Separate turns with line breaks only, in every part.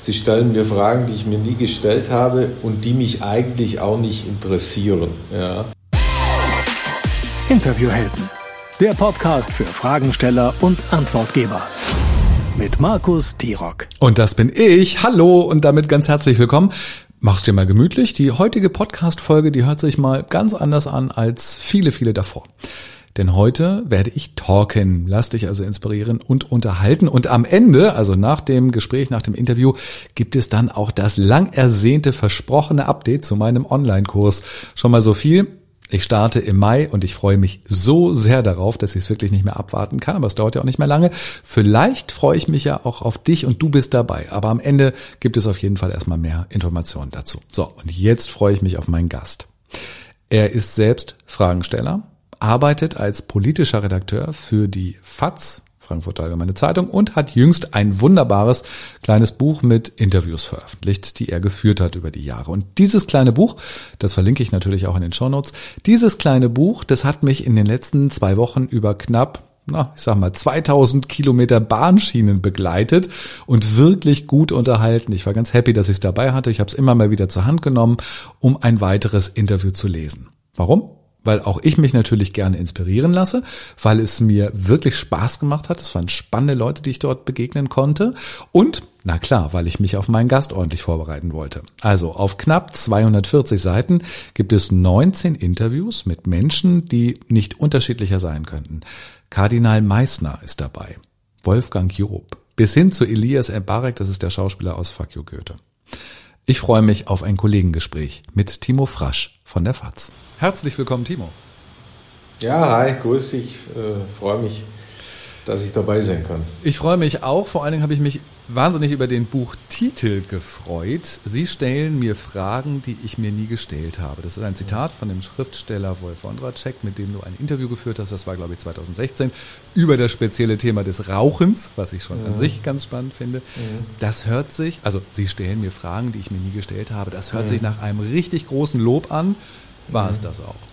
Sie stellen mir Fragen, die ich mir nie gestellt habe und die mich eigentlich auch nicht interessieren. Ja.
Interviewhelden, der Podcast für Fragensteller und Antwortgeber. Mit Markus Tirok.
Und das bin ich. Hallo und damit ganz herzlich willkommen. Mach's dir mal gemütlich. Die heutige Podcast-Folge, die hört sich mal ganz anders an als viele davor. Denn heute werde ich talken. Lass dich also inspirieren und unterhalten. Und am Ende, also nach dem Gespräch, nach dem Interview, gibt es dann auch das lang ersehnte, versprochene Update zu meinem Online-Kurs. Schon mal so viel. Ich starte im Mai und ich freue mich so sehr darauf, dass ich es wirklich nicht mehr abwarten kann. Aber es dauert ja auch nicht mehr lange. Vielleicht freue ich mich ja auch auf dich und du bist dabei. Aber am Ende gibt es auf jeden Fall erstmal mehr Informationen dazu. So, und jetzt freue ich mich auf meinen Gast. Er ist selbst Fragensteller, arbeitet als politischer Redakteur für die FAZ, Frankfurter Allgemeine Zeitung, und hat jüngst ein wunderbares kleines Buch mit Interviews veröffentlicht, die er geführt hat über die Jahre. Und dieses kleine Buch, das verlinke ich natürlich auch in den Shownotes, dieses kleine Buch, das hat mich in den letzten 2 Wochen über knapp 2000 Kilometer Bahnschienen begleitet und wirklich gut unterhalten. Ich war ganz happy, dass ich es dabei hatte. Ich habe es immer mal wieder zur Hand genommen, um ein weiteres Interview zu lesen. Warum? Weil auch ich mich natürlich gerne inspirieren lasse, weil es mir wirklich Spaß gemacht hat. Es waren spannende Leute, die ich dort begegnen konnte. Und, na klar, weil ich mich auf meinen Gast ordentlich vorbereiten wollte. Also auf knapp 240 Seiten gibt es 19 Interviews mit Menschen, die nicht unterschiedlicher sein könnten. Kardinal Meissner ist dabei, Wolfgang Job, bis hin zu Elias Mbarek, das ist der Schauspieler aus Fuck You Goethe. Ich freue mich auf ein Kollegengespräch mit Timo Frasch von der FAZ. Herzlich willkommen, Timo.
Ja, hi, grüß dich. Freue mich, dass ich dabei sein kann.
Ich freue mich auch. Vor allen Dingen habe ich mich wahnsinnig über den Buchtitel gefreut. Sie stellen mir Fragen, die ich mir nie gestellt habe. Das ist ein Zitat von dem Schriftsteller Wolf Wondracek, mit dem du ein Interview geführt hast. Das war, glaube ich, 2016, über das spezielle Thema des Rauchens, was ich schon an sich ganz spannend finde. Das hört sich, also Sie stellen mir Fragen, die ich mir nie gestellt habe. Das hört sich nach einem richtig großen Lob an. War es das auch?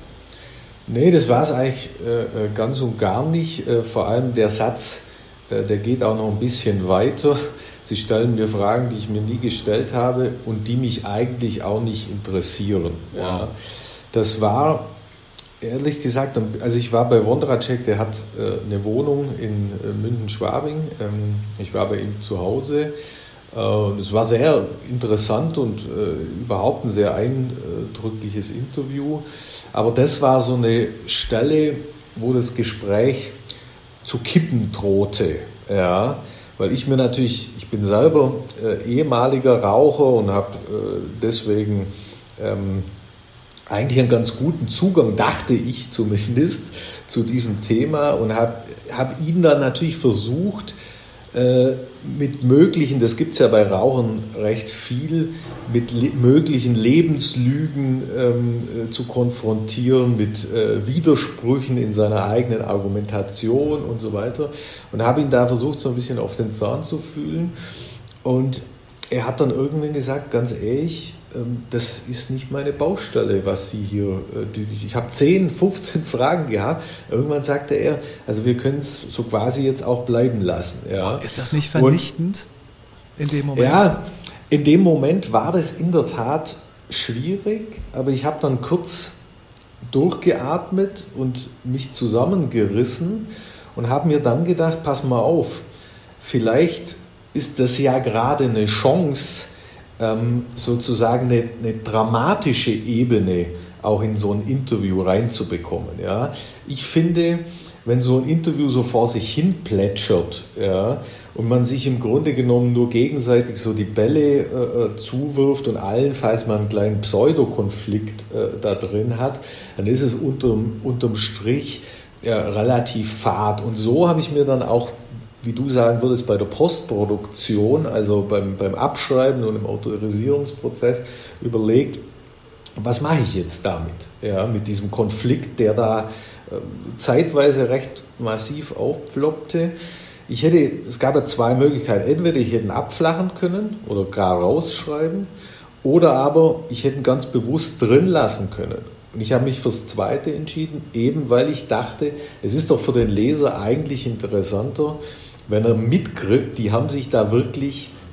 Nee, das war es eigentlich ganz und gar nicht. Vor allem der Satz, der geht auch noch ein bisschen weiter. Sie stellen mir Fragen, die ich mir nie gestellt habe und die mich eigentlich auch nicht interessieren. Wow. Ja, das war, ehrlich gesagt, also ich war bei Wondracek, der hat eine Wohnung in München-Schwabing. Ich war bei ihm zu Hause. Es war sehr interessant und überhaupt ein sehr eindrückliches Interview. Aber das war so eine Stelle, wo das Gespräch zu kippen drohte. Ja, weil ich bin selber ehemaliger Raucher und habe deswegen eigentlich einen ganz guten Zugang, dachte ich zumindest, zu diesem Thema und hab ihn dann natürlich versucht, mit möglichen, das gibt es ja bei Rauchern recht viel, mit möglichen Lebenslügen zu konfrontieren, mit Widersprüchen in seiner eigenen Argumentation und so weiter. Und habe ihn da versucht, so ein bisschen auf den Zahn zu fühlen. Und er hat dann irgendwann gesagt, ganz ehrlich, das ist nicht meine Baustelle, was Sie hier, ich habe 10, 15 Fragen gehabt. Irgendwann sagte er, also wir können es so quasi jetzt auch bleiben lassen. Ja.
Ist das nicht vernichtend in dem Moment?
Ja, in dem Moment war das in der Tat schwierig, aber ich habe dann kurz durchgeatmet und mich zusammengerissen und habe mir dann gedacht, pass mal auf, vielleicht ist das ja gerade eine Chance, sozusagen eine dramatische Ebene auch in so ein Interview reinzubekommen. Ja. Ich finde, wenn so ein Interview so vor sich hin plätschert, ja, und man sich im Grunde genommen nur gegenseitig so die Bälle zuwirft und allenfalls mal einen kleinen Pseudokonflikt da drin hat, dann ist es unterm Strich relativ fad. Und so habe ich mir dann auch, wie du sagen würdest, bei der Postproduktion, also beim Abschreiben und im Autorisierungsprozess überlegt, was mache ich jetzt damit? Ja, mit diesem Konflikt, der da zeitweise recht massiv aufploppte. Es gab ja 2 Möglichkeiten. Entweder ich hätte ihn abflachen können oder gar rausschreiben, oder aber ich hätte ihn ganz bewusst drin lassen können. Und ich habe mich fürs Zweite entschieden, eben weil ich dachte, es ist doch für den Leser eigentlich interessanter, wenn er mitkriegt, die haben sich da wirklich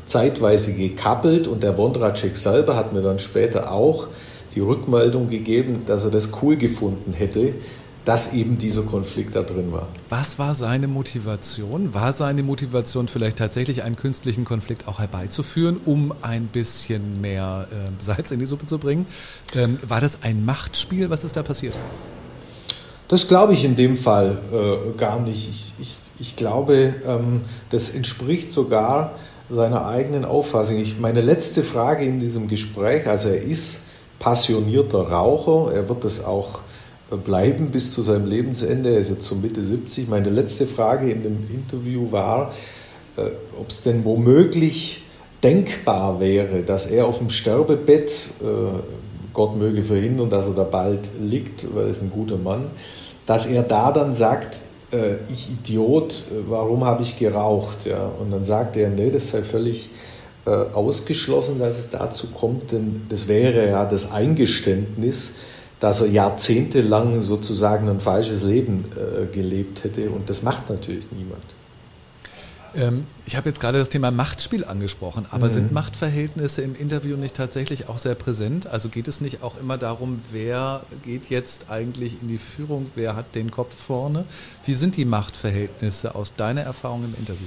zeitweise gekappelt und der Wondratschek selber hat mir dann später auch die Rückmeldung gegeben, dass er das cool gefunden hätte, dass eben dieser Konflikt da drin war.
Was war seine Motivation? War seine Motivation vielleicht tatsächlich einen künstlichen Konflikt auch herbeizuführen, um ein bisschen mehr Salz in die Suppe zu bringen? War das ein Machtspiel? Was ist da passiert?
Das glaube ich in dem Fall gar nicht. Ich glaube, das entspricht sogar seiner eigenen Auffassung. Meine letzte Frage in diesem Gespräch, also er ist passionierter Raucher, er wird es auch bleiben bis zu seinem Lebensende, er ist jetzt so Mitte 70. Meine letzte Frage in dem Interview war, ob es denn womöglich denkbar wäre, dass er auf dem Sterbebett, Gott möge verhindern, dass er da bald liegt, weil er ist ein guter Mann, dass er da dann sagt, ich Idiot, warum habe ich geraucht? Ja? Und dann sagt er, nee, das sei völlig ausgeschlossen, dass es dazu kommt, denn das wäre ja das Eingeständnis, dass er jahrzehntelang sozusagen ein falsches Leben gelebt hätte und das macht natürlich niemand.
Ich habe jetzt gerade das Thema Machtspiel angesprochen, aber sind Machtverhältnisse im Interview nicht tatsächlich auch sehr präsent? Also geht es nicht auch immer darum, wer geht jetzt eigentlich in die Führung, wer hat den Kopf vorne? Wie sind die Machtverhältnisse aus deiner Erfahrung im Interview?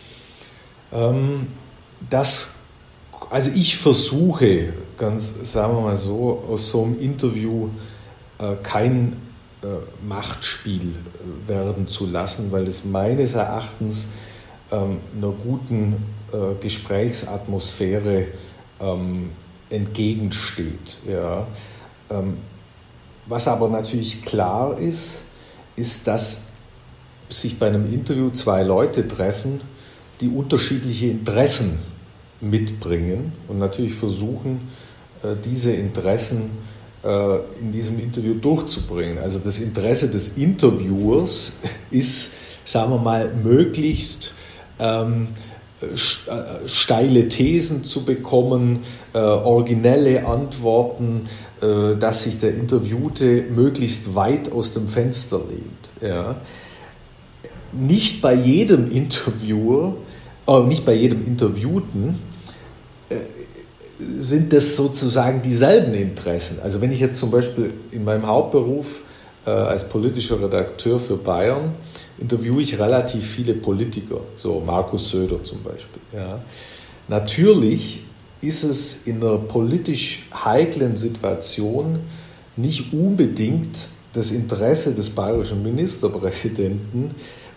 Also ich versuche, ganz sagen wir mal so, aus so einem Interview kein Machtspiel werden zu lassen, weil es meines Erachtens einer guten Gesprächsatmosphäre entgegensteht. Ja. Was aber natürlich klar ist, dass sich bei einem Interview zwei Leute treffen, die unterschiedliche Interessen mitbringen und natürlich versuchen, diese Interessen in diesem Interview durchzubringen. Also das Interesse des Interviewers ist, sagen wir mal, möglichst steile Thesen zu bekommen, originelle Antworten, dass sich der Interviewte möglichst weit aus dem Fenster lehnt. Ja. Nicht bei jedem Interviewer, nicht bei jedem Interviewten sind das sozusagen dieselben Interessen. Also wenn ich jetzt zum Beispiel in meinem Hauptberuf als politischer Redakteur für Bayern interviewe ich relativ viele Politiker, so Markus Söder zum Beispiel. Ja. Natürlich ist es in einer politisch heiklen Situation nicht unbedingt das Interesse des bayerischen Ministerpräsidenten,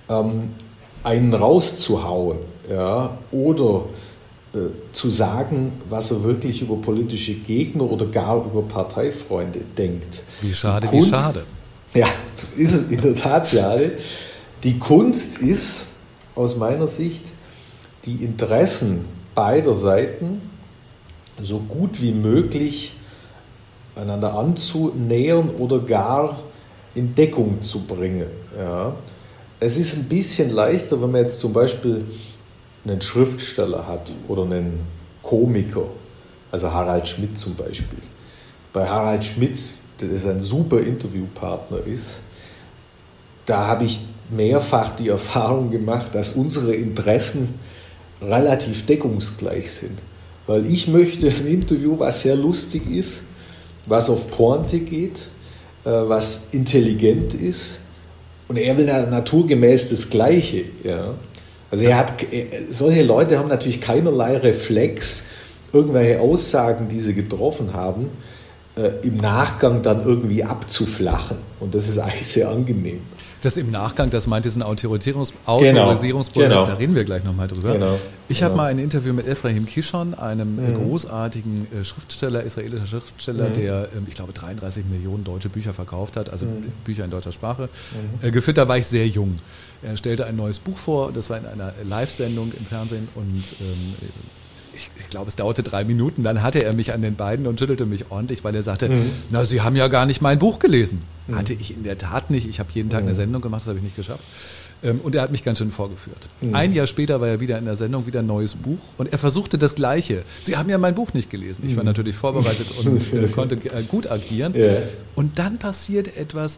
einen rauszuhauen, ja, oder zu sagen, was er wirklich über politische Gegner oder gar über Parteifreunde denkt.
Wie schade, wie schade.
Ja, ist es in der Tat schade. Die Kunst ist aus meiner Sicht, die Interessen beider Seiten so gut wie möglich einander anzunähern oder gar in Deckung zu bringen. Ja. Es ist ein bisschen leichter, wenn man jetzt zum Beispiel einen Schriftsteller hat oder einen Komiker, also Harald Schmidt zum Beispiel. Bei Harald Schmidt, der ein super Interviewpartner ist, da habe ich mehrfach die Erfahrung gemacht, dass unsere Interessen relativ deckungsgleich sind. Weil ich möchte ein Interview, was sehr lustig ist, was auf Pointe geht, was intelligent ist, und er will naturgemäß das Gleiche. Ja. Also solche Leute haben natürlich keinerlei Reflex, irgendwelche Aussagen, die sie getroffen haben, im Nachgang dann irgendwie abzuflachen. Und das ist eigentlich sehr angenehm.
Das im Nachgang, das meint diesen Autorisierungsprozess, genau. Da reden wir gleich nochmal drüber. Genau. Ich habe mal ein Interview mit Ephraim Kishon, einem großartigen Schriftsteller, israelischer Schriftsteller, der, ich glaube, 33 Millionen deutsche Bücher verkauft hat, also Bücher in deutscher Sprache, geführt. Da war ich sehr jung. Er stellte ein neues Buch vor, das war in einer Live-Sendung im Fernsehen und ich glaube, es dauerte 3 Minuten, dann hatte er mich an den Beinen und schüttelte mich ordentlich, weil er sagte, na, Sie haben ja gar nicht mein Buch gelesen. Hatte ich in der Tat nicht. Ich habe jeden Tag eine Sendung gemacht, das habe ich nicht geschafft. Und er hat mich ganz schön vorgeführt. Ein Jahr später war er wieder in der Sendung, wieder ein neues Buch und er versuchte das Gleiche. Sie haben ja mein Buch nicht gelesen. Ich war natürlich vorbereitet und konnte gut agieren. Und dann passiert etwas,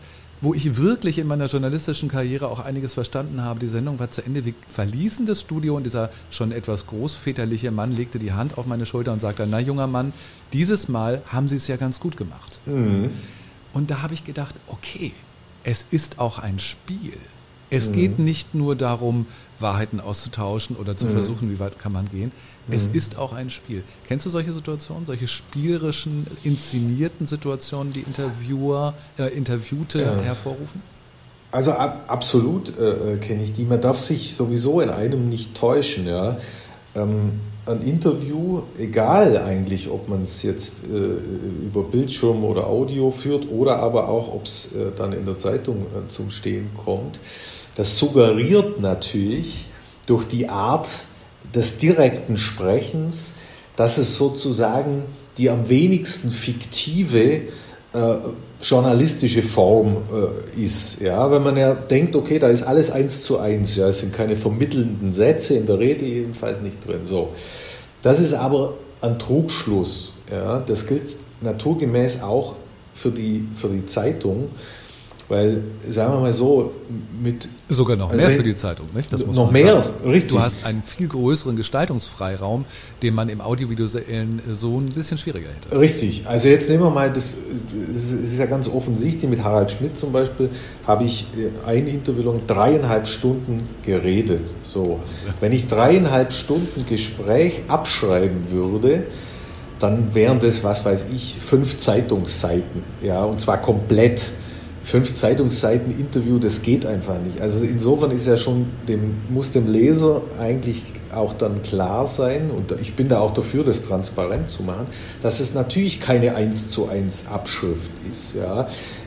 wo ich wirklich in meiner journalistischen Karriere auch einiges verstanden habe. Die Sendung war zu Ende. Wir verließen das Studio und dieser schon etwas großväterliche Mann legte die Hand auf meine Schulter und sagte, na junger Mann, dieses Mal haben Sie es ja ganz gut gemacht. Mhm. Und da habe ich gedacht, okay, es ist auch ein Spiel. Es geht nicht nur darum, Wahrheiten auszutauschen oder zu versuchen, wie weit kann man gehen. Es ist auch ein Spiel. Kennst du solche Situationen, solche spielerischen, inszenierten Situationen, die Interviewte hervorrufen?
Also absolut kenne ich die. Man darf sich sowieso in einem nicht täuschen. Ja. Ein Interview, egal eigentlich, ob man es jetzt über Bildschirm oder Audio führt oder aber auch, ob es dann in der Zeitung zum Stehen kommt, das suggeriert natürlich durch die Art des direkten Sprechens, dass es sozusagen die am wenigsten fiktive journalistische Form ist. Ja? Wenn man ja denkt, okay, da ist alles 1:1, ja, es sind keine vermittelnden Sätze, in der Rede jedenfalls nicht drin. So. Das ist aber ein Trugschluss. Ja? Das gilt naturgemäß auch für die Zeitung. Weil, sagen wir mal so,
sogar noch mehr für die Zeitung, nicht? Das muss
noch
man
mehr,
sagen.
richtig.
Du hast einen viel größeren Gestaltungsfreiraum, den man im audiovisuellen so ein bisschen schwieriger hätte.
Richtig. Also jetzt nehmen wir mal, das ist ja ganz offensichtlich, mit Harald Schmidt zum Beispiel, habe ich ein Interview lang 3,5 Stunden geredet. So. Wenn ich 3,5 Stunden Gespräch abschreiben würde, dann wären das, was weiß ich, 5 Zeitungsseiten. Ja, und zwar komplett. 5 Zeitungsseiten Interview, das geht einfach nicht. Also insofern ist ja schon muss dem Leser eigentlich auch dann klar sein, und ich bin da auch dafür, das transparent zu machen, dass es natürlich keine 1:1 Abschrift ist. Ja.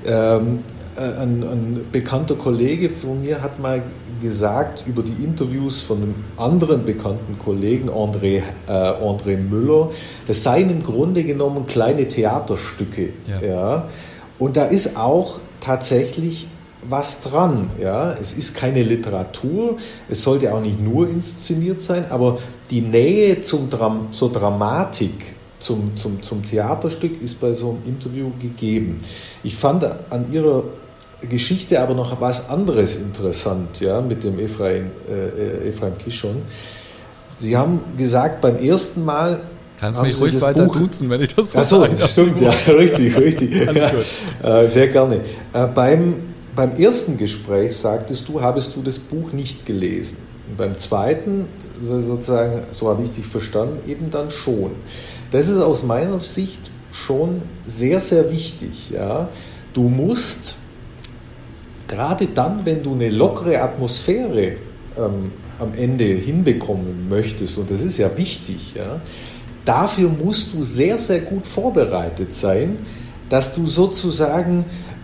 Ein bekannter Kollege von mir hat mal gesagt über die Interviews von einem anderen bekannten Kollegen, André Müller, das seien im Grunde genommen kleine Theaterstücke. Ja. Ja. Und da ist auch tatsächlich was dran. Ja? Es ist keine Literatur, es sollte auch nicht nur inszeniert sein, aber die Nähe zur Dramatik, zum Theaterstück ist bei so einem Interview gegeben. Ich fand an Ihrer Geschichte aber noch was anderes interessant, ja, mit dem Ephraim Kishon. Sie haben gesagt, beim ersten Mal
kannst mich ruhig weiter duzen, wenn ich das so
sage. Ach so, stimmt, ja, richtig. Ja, sehr gerne. Beim ersten Gespräch sagtest du, habest du das Buch nicht gelesen. Und beim zweiten, sozusagen, so habe ich dich verstanden, eben dann schon. Das ist aus meiner Sicht schon sehr, sehr wichtig. Ja. Du musst, gerade dann, wenn du eine lockere Atmosphäre am Ende hinbekommen möchtest, und das ist ja wichtig, ja, dafür musst du sehr, sehr gut vorbereitet sein, dass du sozusagen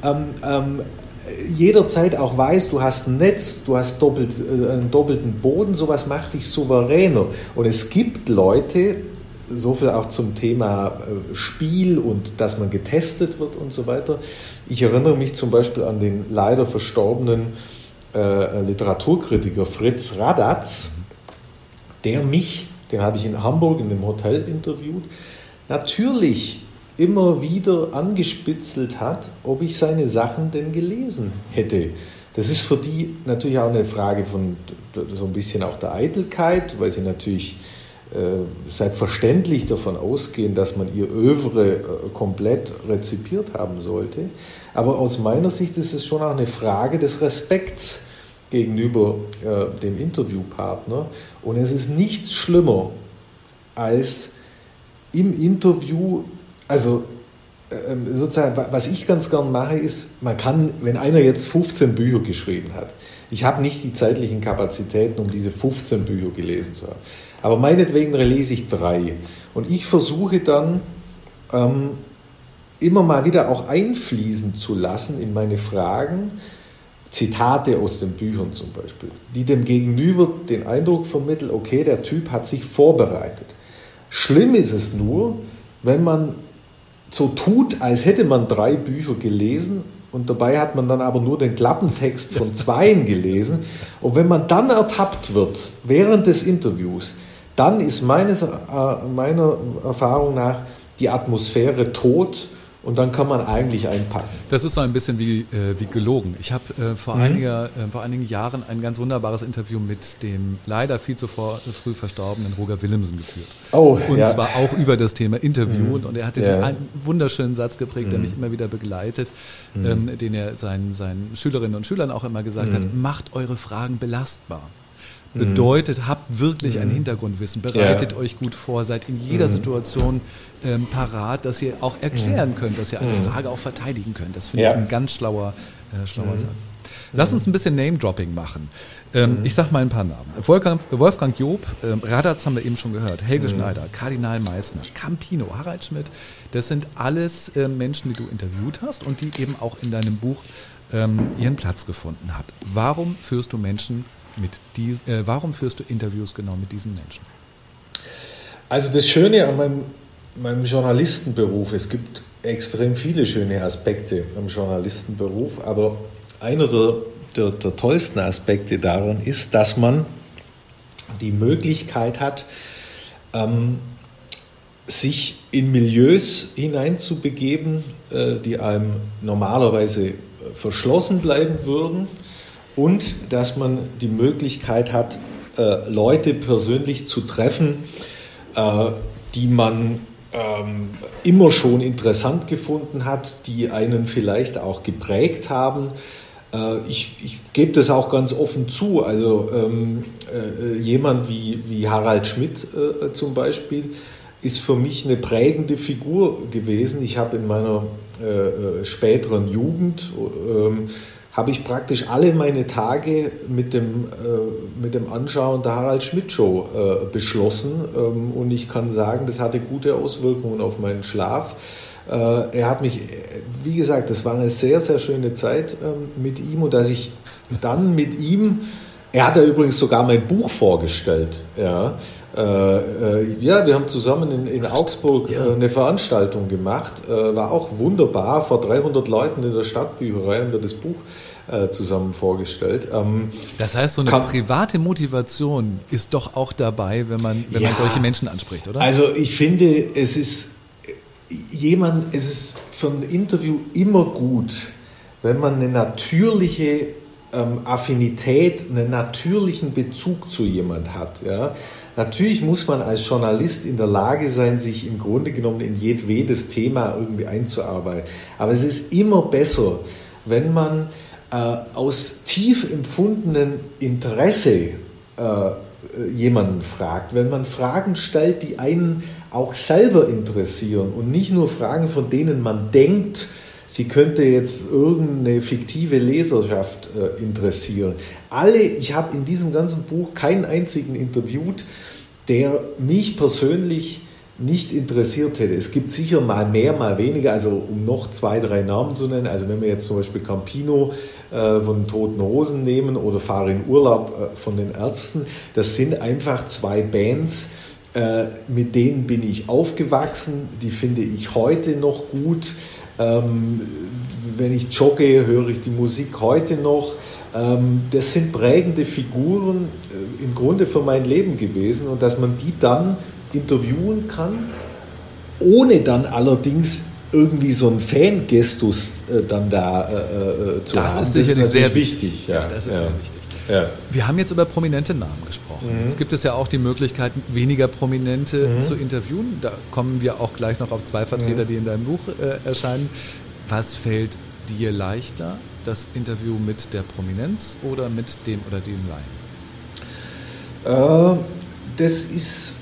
jederzeit auch weißt, du hast ein Netz, du hast einen doppelten Boden, sowas macht dich souveräner. Und es gibt Leute, so viel auch zum Thema Spiel und dass man getestet wird und so weiter. Ich erinnere mich zum Beispiel an den leider verstorbenen Literaturkritiker Fritz Radatz, den habe ich in Hamburg in einem Hotel interviewt, natürlich immer wieder angespitzelt hat, ob ich seine Sachen denn gelesen hätte. Das ist für die natürlich auch eine Frage von so ein bisschen auch der Eitelkeit, weil sie natürlich selbstverständlich davon ausgehen, dass man ihr Övre komplett rezipiert haben sollte. Aber aus meiner Sicht ist es schon auch eine Frage des Respekts gegenüber dem Interviewpartner. Und es ist nichts schlimmer, als im Interview, also sozusagen, was ich ganz gern mache, ist, man kann, wenn einer jetzt 15 Bücher geschrieben hat, ich habe nicht die zeitlichen Kapazitäten, um diese 15 Bücher gelesen zu haben, aber meinetwegen lese ich 3. Und ich versuche dann immer mal wieder auch einfließen zu lassen in meine Fragen, Zitate aus den Büchern zum Beispiel, die dem Gegenüber den Eindruck vermitteln, okay, der Typ hat sich vorbereitet. Schlimm ist es nur, wenn man so tut, als hätte man 3 Bücher gelesen und dabei hat man dann aber nur den Klappentext von 2 gelesen. Und wenn man dann ertappt wird während des Interviews, dann ist meiner Erfahrung nach die Atmosphäre tot und dann kann man eigentlich einpacken.
Das ist so ein bisschen wie gelogen. Ich habe vor einigen Jahren ein ganz wunderbares Interview mit dem leider viel zu früh verstorbenen Roger Willemsen geführt. Und zwar auch über das Thema Interview. Und er hat diesen einen wunderschönen Satz geprägt, der mich immer wieder begleitet, den er seinen Schülerinnen und Schülern auch immer gesagt hat: Macht eure Fragen belastbar. Bedeutet, habt wirklich ein Hintergrundwissen, bereitet euch gut vor, seid in jeder Situation parat, dass ihr auch erklären könnt, dass ihr eine Frage auch verteidigen könnt. Das finde ich ein ganz schlauer Satz. Lass uns ein bisschen Name-Dropping machen. Ich sag mal ein paar Namen. Wolfgang Job, Radatz haben wir eben schon gehört, Helge Schneider, Kardinal Meissner, Campino, Harald Schmidt. Das sind alles Menschen, die du interviewt hast und die eben auch in deinem Buch ihren Platz gefunden hat. Warum führst du Interviews genau mit diesen Menschen?
Also das Schöne an meinem Journalistenberuf, es gibt extrem viele schöne Aspekte am Journalistenberuf, aber einer der tollsten Aspekte daran ist, dass man die Möglichkeit hat, sich in Milieus hineinzubegeben, die einem normalerweise verschlossen bleiben würden, und dass man die Möglichkeit hat, Leute persönlich zu treffen, die man immer schon interessant gefunden hat, die einen vielleicht auch geprägt haben. Ich gebe das auch ganz offen zu. Also jemand wie Harald Schmidt zum Beispiel ist für mich eine prägende Figur gewesen. Ich habe in meiner späteren Jugend habe ich praktisch alle meine Tage mit dem Anschauen der Harald Schmidt Show beschlossen, und ich kann sagen, das hatte gute Auswirkungen auf meinen Schlaf. Er hat mich, wie gesagt, das war eine sehr, sehr schöne Zeit mit ihm, und dass ich dann mit ihm, er hat ja übrigens sogar mein Buch vorgestellt, wir haben zusammen in Augsburg eine Veranstaltung gemacht, war auch wunderbar, vor 300 Leuten in der Stadtbücherei haben wir das Buch zusammen vorgestellt.
Das heißt, so eine private Motivation ist doch auch dabei, wenn man solche Menschen anspricht, oder?
Also ich finde, es ist für ein Interview immer gut, wenn man eine natürliche Affinität, einen natürlichen Bezug zu jemand hat. Ja? Natürlich muss man als Journalist in der Lage sein, sich im Grunde genommen in jedwedes Thema irgendwie einzuarbeiten. Aber es ist immer besser, wenn man aus tief empfundenen Interesse jemanden fragt, wenn man Fragen stellt, die einen auch selber interessieren und nicht nur Fragen, von denen man denkt, sie könnte jetzt irgendeine fiktive Leserschaft interessieren. Ich habe in diesem ganzen Buch keinen einzigen interviewt, der mich persönlich nicht interessiert hätte. Es gibt sicher mal mehr, mal weniger, also um noch 2, 3 Namen zu nennen, also wenn wir jetzt zum Beispiel Campino von Toten Hosen nehmen oder Fahr in Urlaub von den Ärzten, das sind einfach 2 Bands, mit denen bin ich aufgewachsen, die finde ich heute noch gut. Wenn ich jogge, höre ich die Musik heute noch. Das sind prägende Figuren im Grunde für mein Leben gewesen, und dass man die dann interviewen kann, ohne dann allerdings irgendwie so einen Fangestus dann da zu haben.
Das ist sicherlich sehr wichtig. Ja, das ist sehr wichtig. Ja. Wir haben jetzt über prominente Namen gesprochen. Jetzt gibt es ja auch die Möglichkeit, weniger Prominente zu interviewen. Da kommen wir auch gleich noch auf 2 Vertreter, die in deinem Buch erscheinen. Was fällt dir leichter, das Interview mit der Prominenz oder mit dem oder den
Laien? Das ist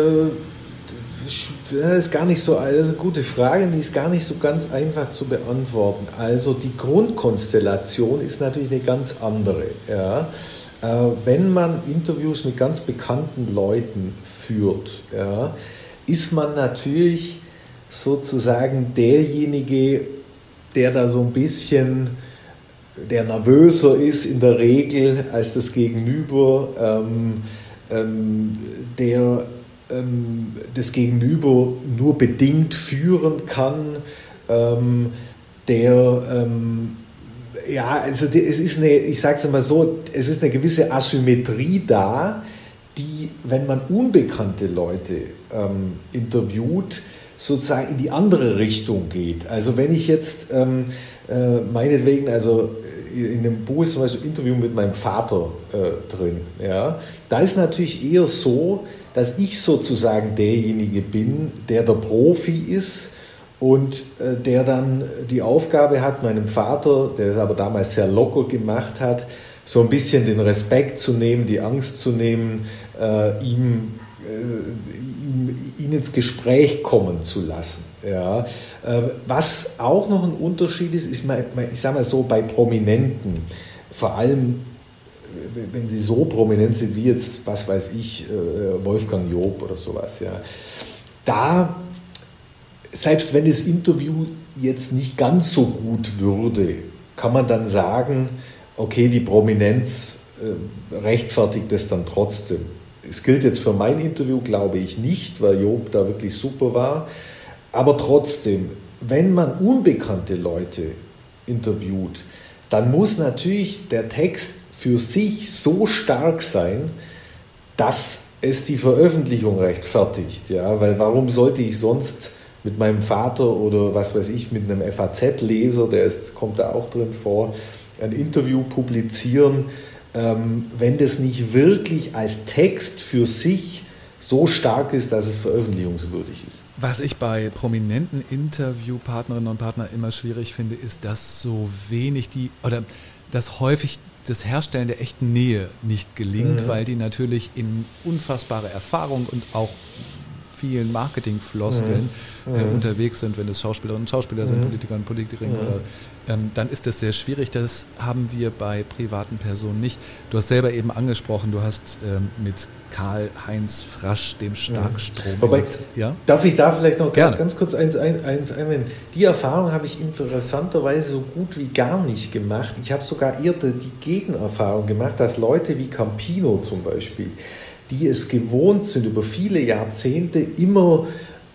gar nicht so, also eine gute Frage, die ist gar nicht so ganz einfach zu beantworten. Also die Grundkonstellation ist natürlich eine ganz andere. Ja. Wenn man Interviews mit ganz bekannten Leuten führt, ist man natürlich sozusagen derjenige, der da so ein bisschen, der nervöser ist in der Regel als das Gegenüber, der das Gegenüber nur bedingt führen kann, also es ist ich sage es mal so, es ist eine gewisse Asymmetrie da, die, wenn man unbekannte Leute interviewt, sozusagen in die andere Richtung geht. Also wenn ich jetzt meinetwegen, also in dem Buch ist zum Beispiel ein Interview mit meinem Vater drin. Ja. Da ist natürlich eher so, dass ich sozusagen derjenige bin, der Profi ist und der dann die Aufgabe hat, meinem Vater, der es aber damals sehr locker gemacht hat, so ein bisschen den Respekt zu nehmen, die Angst zu nehmen, ihn ins Gespräch kommen zu lassen. Ja. Was auch noch ein Unterschied ist, ich sage mal so, bei Prominenten, vor allem wenn sie so prominent sind wie jetzt, was weiß ich, Wolfgang Job oder sowas, ja, da, selbst wenn das Interview jetzt nicht ganz so gut würde, kann man dann sagen, okay, die Prominenz rechtfertigt das dann trotzdem. Es gilt jetzt für mein Interview, glaube ich, nicht, weil Job da wirklich super war. Aber trotzdem, wenn man unbekannte Leute interviewt, dann muss natürlich der Text für sich so stark sein, dass es die Veröffentlichung rechtfertigt. Ja? Weil warum sollte ich sonst mit meinem Vater oder was weiß ich, mit einem FAZ-Leser, kommt da auch drin vor, ein Interview publizieren, wenn das nicht wirklich als Text für sich so stark ist, dass es veröffentlichungswürdig ist.
Was ich bei prominenten Interviewpartnerinnen und Partnern immer schwierig finde, ist, dass so wenig dass häufig das Herstellen der echten Nähe nicht gelingt, weil die natürlich in unfassbare Erfahrung und auch vielen Marketingfloskeln unterwegs sind, wenn es Schauspielerinnen und Schauspieler sind, Politikerinnen und Politikerinnen, dann ist das sehr schwierig. Das haben wir bei privaten Personen nicht. Du hast selber eben angesprochen, du hast mit Karl-Heinz Frasch, dem Starkstrom.
Wobei,
ja?
Darf ich da vielleicht noch
Gerne.
Ganz kurz eins einwenden? Die Erfahrung habe ich interessanterweise so gut wie gar nicht gemacht. Ich habe sogar eher die Gegenerfahrung gemacht, dass Leute wie Campino zum Beispiel, die es gewohnt sind, über viele Jahrzehnte immer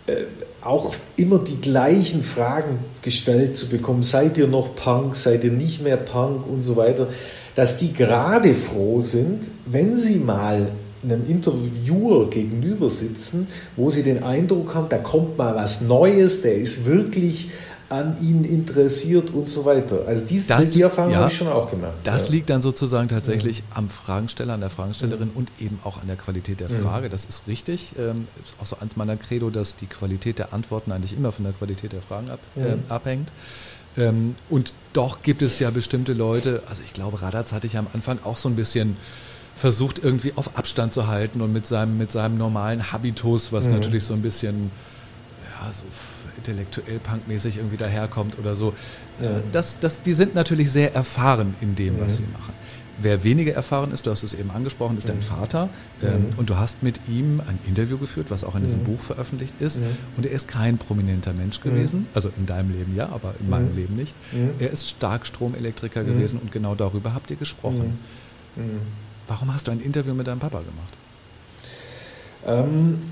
die gleichen Fragen gestellt zu bekommen. Seid ihr noch Punk? Seid ihr nicht mehr Punk? Und so weiter. Dass die gerade froh sind, wenn sie mal einem Interviewer gegenüber sitzen, wo sie den Eindruck haben, da kommt mal was Neues, der ist wirklich an ihnen interessiert und so weiter. Also die Erfahrung habe ich schon auch gemacht.
Das liegt dann sozusagen tatsächlich am Fragensteller, an der Fragestellerin und eben auch an der Qualität der Frage. Das ist richtig. Ist auch so eins meiner Credo, dass die Qualität der Antworten eigentlich immer von der Qualität der Fragen abhängt. Und doch gibt es ja bestimmte Leute, also ich glaube, Radatz hatte ich am Anfang auch so ein bisschen versucht, irgendwie auf Abstand zu halten und mit seinem normalen Habitus, was natürlich so ein bisschen so intellektuell punkmäßig irgendwie daherkommt oder so. Die sind natürlich sehr erfahren in dem, was sie machen. Wer weniger erfahren ist, du hast es eben angesprochen, ist dein Vater. Und du hast mit ihm ein Interview geführt, was auch in diesem Buch veröffentlicht ist. Und er ist kein prominenter Mensch gewesen. Also in deinem Leben ja, aber in meinem Leben nicht. Er ist Starkstromelektriker gewesen und genau darüber habt ihr gesprochen. Warum hast du ein Interview mit deinem Papa gemacht?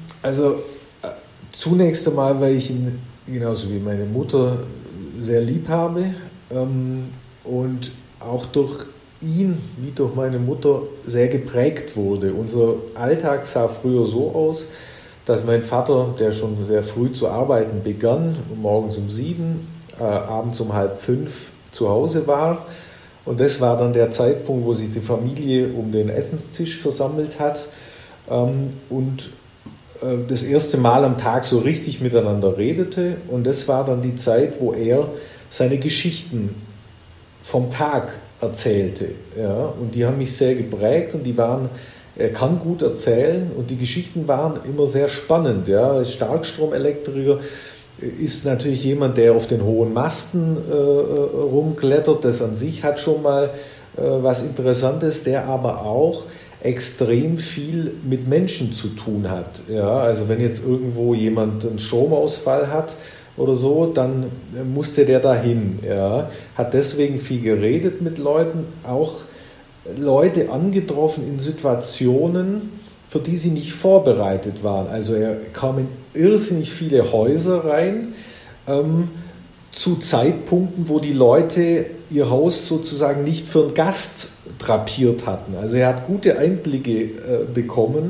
Zunächst einmal, weil ich ihn genauso wie meine Mutter sehr lieb habe und auch durch ihn wie durch meine Mutter sehr geprägt wurde. Unser Alltag sah früher so aus, dass mein Vater, der schon sehr früh zu arbeiten begann, morgens um 7, abends um 4:30 zu Hause war. Und das war dann der Zeitpunkt, wo sich die Familie um den Essenstisch versammelt hat und das erste Mal am Tag so richtig miteinander redete. Und das war dann die Zeit, wo er seine Geschichten vom Tag erzählte. Ja? Und die haben mich sehr geprägt und er kann gut erzählen und die Geschichten waren immer sehr spannend. Ja? Als Starkstromelektriker ist natürlich jemand, der auf den hohen Masten rumklettert. Das an sich hat schon mal was Interessantes, der aber auch extrem viel mit Menschen zu tun hat. Ja, also wenn jetzt irgendwo jemand einen Stromausfall hat oder so, dann musste der dahin. Ja, hat deswegen viel geredet mit Leuten, auch Leute angetroffen in Situationen, für die sie nicht vorbereitet waren. Also er kam in irrsinnig viele Häuser rein, zu Zeitpunkten, wo die Leute ihr Haus sozusagen nicht für einen Gast drapiert hatten. Also er hat gute Einblicke bekommen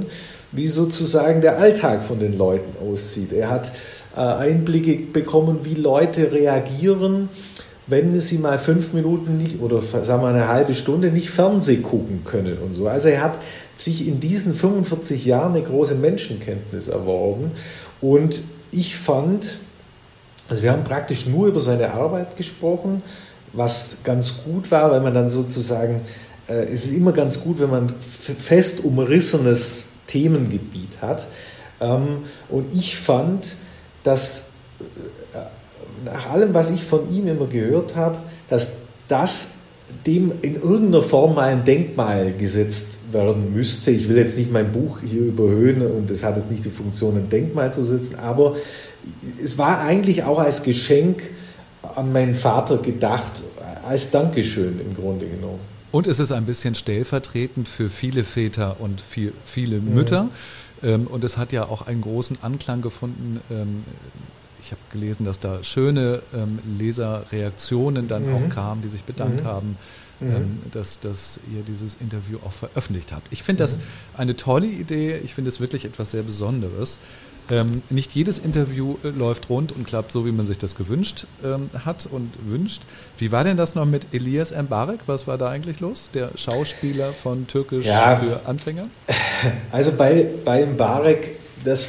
wie sozusagen der Alltag von den Leuten aussieht. Er hat Einblicke bekommen, wie Leute reagieren, wenn sie mal 5 Minuten nicht oder sagen wir eine halbe Stunde nicht Fernsehen gucken können und so. Also er hat sich in diesen 45 Jahren eine große Menschenkenntnis erworben und ich fand, also wir haben praktisch nur über seine Arbeit gesprochen, was ganz gut war, weil man dann sozusagen, es ist immer ganz gut, wenn man fest umrissenes Themengebiet hat. Und ich fand, dass nach allem, was ich von ihm immer gehört habe, dass das dem in irgendeiner Form mal ein Denkmal gesetzt werden müsste. Ich will jetzt nicht mein Buch hier überhöhen und es hat jetzt nicht die Funktion, ein Denkmal zu setzen, aber es war eigentlich auch als Geschenk an meinen Vater gedacht, als Dankeschön im Grunde genommen.
Und es ist ein bisschen stellvertretend für viele Väter und viele Mütter. Und es hat ja auch einen großen Anklang gefunden. Ich habe gelesen, dass da schöne Leserreaktionen dann auch kamen, die sich bedankt haben, dass ihr dieses Interview auch veröffentlicht habt. Ich finde das eine tolle Idee. Ich finde es wirklich etwas sehr Besonderes. Nicht jedes Interview läuft rund und klappt so, wie man sich das gewünscht hat und wünscht. Wie war denn das noch mit Elias Mbarek? Was war da eigentlich los? Der Schauspieler von Türkisch für Anfänger?
Also bei Mbarek, das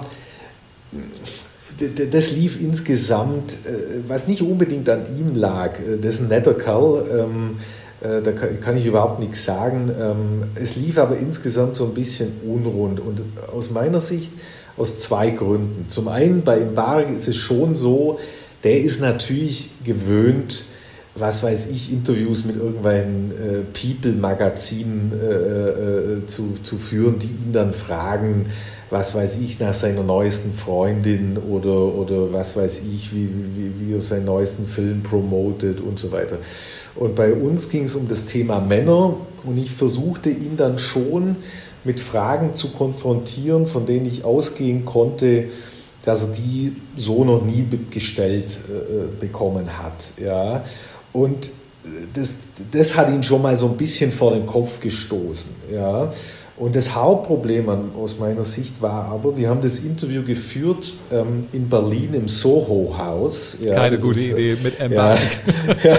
lief insgesamt, was nicht unbedingt an ihm lag. Das ist ein netter Kerl, da kann ich überhaupt nichts sagen. Es lief aber insgesamt so ein bisschen unrund und aus meiner Sicht aus 2 Gründen. Zum einen bei Mbarek ist es schon so, der ist natürlich gewöhnt, was weiß ich, Interviews mit irgendwelchen People-Magazinen zu führen, die ihn dann fragen, was weiß ich, nach seiner neuesten Freundin oder was weiß ich, wie er seinen neuesten Film promotet und so weiter. Und bei uns ging es um das Thema Männer und ich versuchte ihn dann schon mit Fragen zu konfrontieren, von denen ich ausgehen konnte, dass er die so noch nie gestellt bekommen hat. Ja. Und das hat ihn schon mal so ein bisschen vor den Kopf gestoßen. Ja. Und das Hauptproblem aus meiner Sicht war aber, wir haben das Interview geführt in Berlin im Soho-Haus. Ja,
keine gute Idee mit Mbarek.
Ja.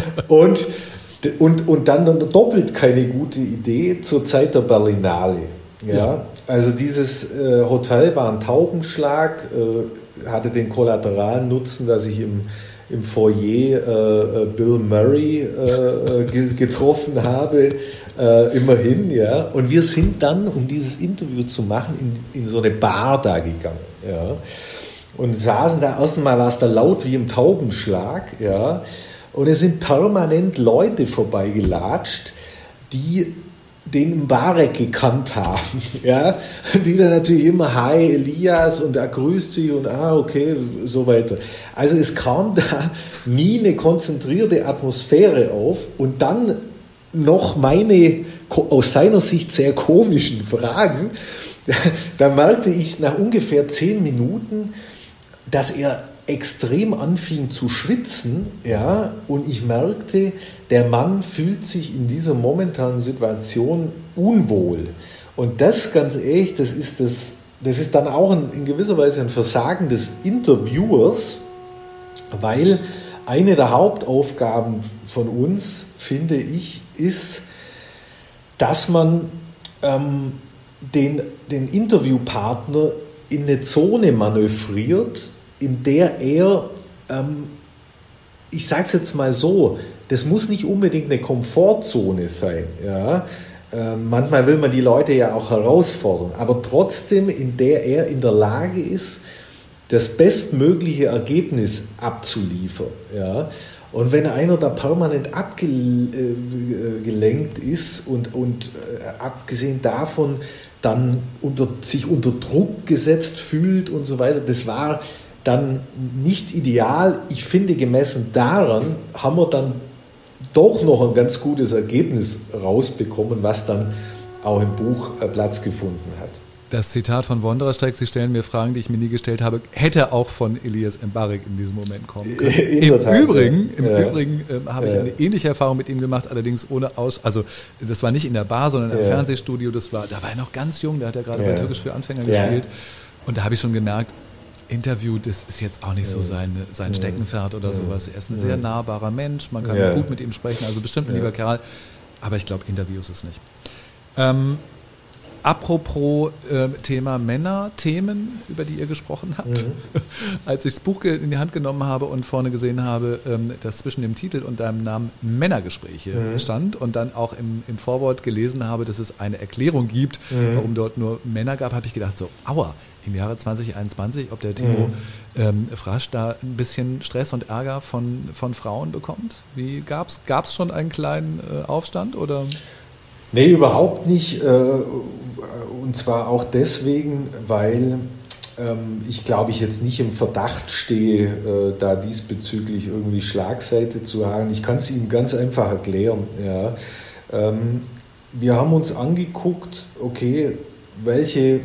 Und dann doppelt keine gute Idee zur Zeit der Berlinale. Ja. Also dieses Hotel war ein Taubenschlag, hatte den kollateralen Nutzen, dass ich im Foyer Bill Murray getroffen habe, immerhin. Ja. Und wir sind dann, um dieses Interview zu machen, in so eine Bar da gegangen. Ja. Und saßen da, erstmal war es da laut wie im Taubenschlag, ja. Und es sind permanent Leute vorbeigelatscht, die den Mbarek gekannt haben, ja, die dann natürlich immer, hi Elias und er grüßt sich und okay, so weiter. Also es kam da nie eine konzentrierte Atmosphäre auf und dann noch meine aus seiner Sicht sehr komischen Fragen. Da merkte ich nach ungefähr 10 Minuten, dass er extrem anfing zu schwitzen, ja, und ich merkte, der Mann fühlt sich in dieser momentanen Situation unwohl. Und das, ganz ehrlich, das ist dann auch in gewisser Weise ein Versagen des Interviewers, weil eine der Hauptaufgaben von uns, finde ich, ist, dass man den Interviewpartner in eine Zone manövriert, in der er, ich sage es jetzt mal so, das muss nicht unbedingt eine Komfortzone sein. Ja? Manchmal will man die Leute ja auch herausfordern, aber trotzdem, in der er in der Lage ist, das bestmögliche Ergebnis abzuliefern. Ja? Und wenn einer da permanent abgelenkt ist und abgesehen davon dann sich unter Druck gesetzt fühlt und so weiter, das war dann nicht ideal. Ich finde, gemessen daran haben wir dann doch noch ein ganz gutes Ergebnis rausbekommen, was dann auch im Buch Platz gefunden hat.
Das Zitat von Wonderer-Streck, Sie stellen mir Fragen, die ich mir nie gestellt habe, hätte auch von Elias Mbarek in diesem Moment kommen können. Im Übrigen habe ich eine ähnliche Erfahrung mit ihm gemacht, allerdings ohne also das war nicht in der Bar, sondern im Fernsehstudio. Da war er noch ganz jung, der hat ja gerade bei Türkisch für Anfänger gespielt. Und da habe ich schon gemerkt, Interview, das ist jetzt auch nicht so sein Steckenpferd oder sowas. Er ist ein sehr nahbarer Mensch, man kann gut mit ihm sprechen, also bestimmt ein lieber Kerl. Aber ich glaube, Interview ist es nicht. Apropos Thema Männer-Themen, über die ihr gesprochen habt. Als ich das Buch in die Hand genommen habe und vorne gesehen habe, dass zwischen dem Titel und deinem Namen Männergespräche stand und dann auch im Vorwort gelesen habe, dass es eine Erklärung gibt, warum dort nur Männer gab, habe ich gedacht, so, aua, im Jahre 2021, ob der Timo Frasch da ein bisschen Stress und Ärger von Frauen bekommt? Gab's schon einen kleinen Aufstand oder?
Nee, überhaupt nicht. Und zwar auch deswegen, weil ich glaube, ich jetzt nicht im Verdacht stehe, da diesbezüglich irgendwie Schlagseite zu haben. Ich kann es Ihnen ganz einfach erklären. Ja. Wir haben uns angeguckt, okay, welche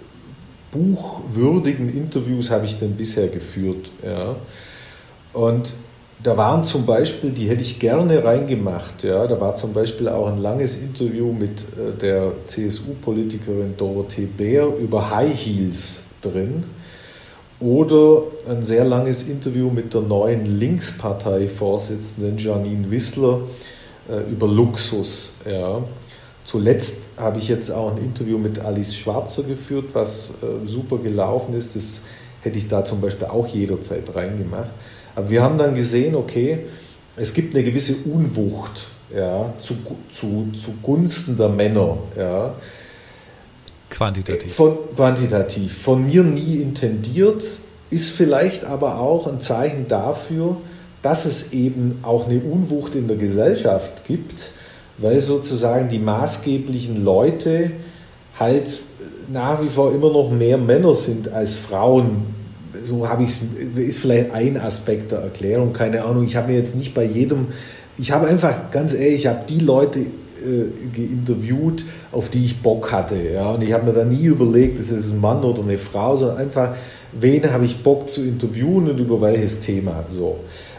buchwürdigen Interviews habe ich denn bisher geführt? Ja. Und da waren zum Beispiel, die hätte ich gerne reingemacht, ja, da war zum Beispiel auch ein langes Interview mit der CSU-Politikerin Dorothee Bär über High Heels drin oder ein sehr langes Interview mit der neuen Linkspartei-Vorsitzenden Janine Wissler über Luxus. Ja. Zuletzt habe ich jetzt auch ein Interview mit Alice Schwarzer geführt, was super gelaufen ist. Das hätte ich da zum Beispiel auch jederzeit reingemacht. Aber wir haben dann gesehen, okay, es gibt eine gewisse Unwucht, ja, zugunsten der Männer. Ja.
Quantitativ.
Quantitativ. Von mir nie intendiert, ist vielleicht aber auch ein Zeichen dafür, dass es eben auch eine Unwucht in der Gesellschaft gibt, weil sozusagen die maßgeblichen Leute halt nach wie vor immer noch mehr Männer sind als Frauen. So ist vielleicht ein Aspekt der Erklärung, keine Ahnung. Ich habe mir jetzt nicht bei jedem, ich habe einfach, ganz ehrlich, ich habe die Leute geinterviewt, auf die ich Bock hatte. Ja? Und ich habe mir da nie überlegt, ist es ein Mann oder eine Frau, sondern einfach, wen habe ich Bock zu interviewen und über welches Thema. So.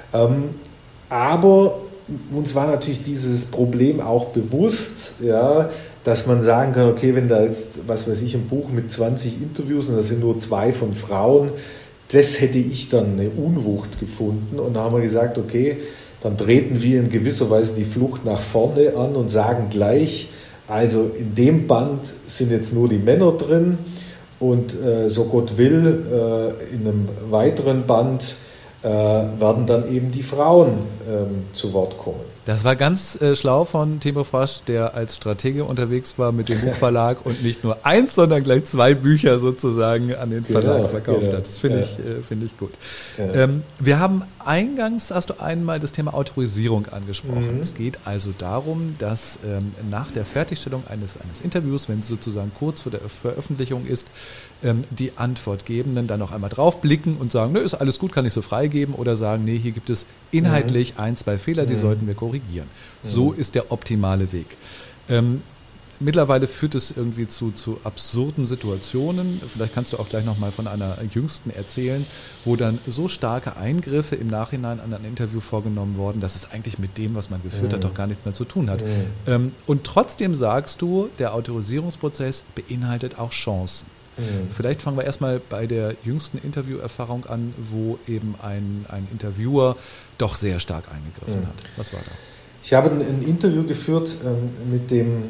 Aber uns war natürlich dieses Problem auch bewusst, ja, dass man sagen kann, okay, wenn da jetzt, was weiß ich, ein Buch mit 20 Interviews und das sind nur 2 von Frauen, das hätte ich dann eine Unwucht gefunden. Und da haben wir gesagt, okay, dann treten wir in gewisser Weise die Flucht nach vorne an und sagen gleich, also in dem Band sind jetzt nur die Männer drin und so Gott will, in einem weiteren Band werden dann eben die Frauen zu Wort kommen.
Das war ganz schlau von Timo Frasch, der als Stratege unterwegs war mit dem Buchverlag und nicht nur 1, sondern gleich 2 Bücher sozusagen an den Verlag verkauft hat. Das finde ich gut. Ja. Wir haben eingangs, hast du einmal das Thema Autorisierung angesprochen. Es geht also darum, dass nach der Fertigstellung eines Interviews, wenn es sozusagen kurz vor der Veröffentlichung ist, die Antwortgebenden dann noch einmal draufblicken und sagen, ist alles gut, kann ich so freigeben, oder sagen, nee, hier gibt es inhaltlich 1, 2 Fehler, die sollten wir korrigieren. So ist der optimale Weg. Mittlerweile führt es irgendwie zu absurden Situationen. Vielleicht kannst du auch gleich nochmal von einer jüngsten erzählen, wo dann so starke Eingriffe im Nachhinein an ein Interview vorgenommen wurden, dass es eigentlich mit dem, was man geführt hat, doch gar nichts mehr zu tun hat. Und trotzdem sagst du, der Autorisierungsprozess beinhaltet auch Chancen. Vielleicht fangen wir erstmal bei der jüngsten Interviewerfahrung an, wo eben ein Interviewer doch sehr stark eingegriffen hat. Was war da?
Ich habe ein Interview geführt mit dem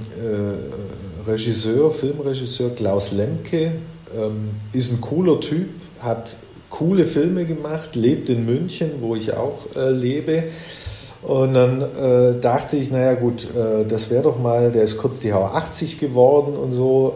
Filmregisseur Klaus Lemke. Ist ein cooler Typ, hat coole Filme gemacht, lebt in München, wo ich auch lebe. Und dann dachte ich, naja gut, das wäre doch mal, der ist kurz die H80 geworden und so.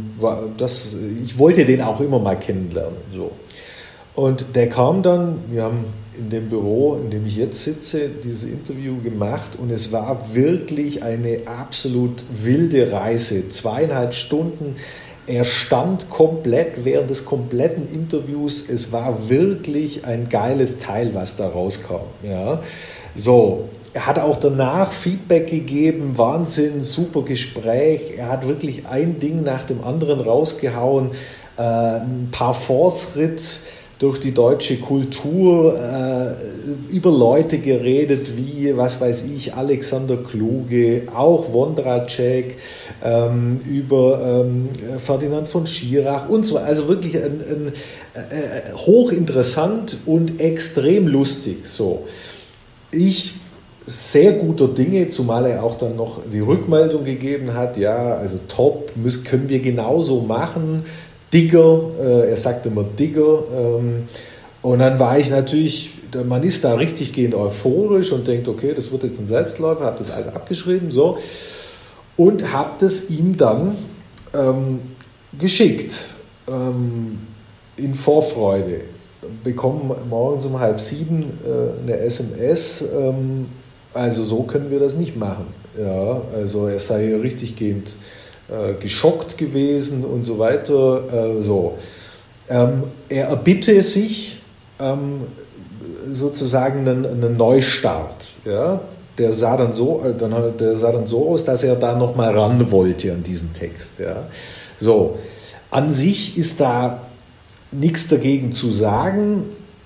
Ich wollte den auch immer mal kennenlernen. So. Und der kam dann, wir haben in dem Büro, in dem ich jetzt sitze, dieses Interview gemacht und es war wirklich eine absolut wilde Reise. 2,5 Stunden. Er stand komplett während des kompletten Interviews. Es war wirklich ein geiles Teil, was da rauskam. Ja. So, Er hat auch danach Feedback gegeben, Wahnsinn, super Gespräch. Er hat wirklich ein Ding nach dem anderen rausgehauen, ein Parforce-Ritt durch die deutsche Kultur, über Leute geredet wie, was weiß ich, Alexander Kluge, auch Wondratschek, über Ferdinand von Schirach und so weiter. Also wirklich hochinteressant und extrem lustig. So. Ich sehr guter Dinge, zumal er auch dann noch die Rückmeldung gegeben hat, ja, also top, können wir genauso machen. Digger, er sagt immer Digger, und dann war ich natürlich, man ist da richtiggehend euphorisch und denkt, okay, das wird jetzt ein Selbstläufer, habe das alles abgeschrieben, so, und habe das ihm dann geschickt, in Vorfreude, bekomme morgens um 6:30 eine SMS, also so können wir das nicht machen, ja, also er sei richtiggehend geschockt gewesen und so weiter. So. Er erbitte sich sozusagen einen Neustart. Ja? Der sah dann so aus, dass er da nochmal ran wollte an diesen Text. Ja? So. An sich ist da nichts dagegen zu sagen,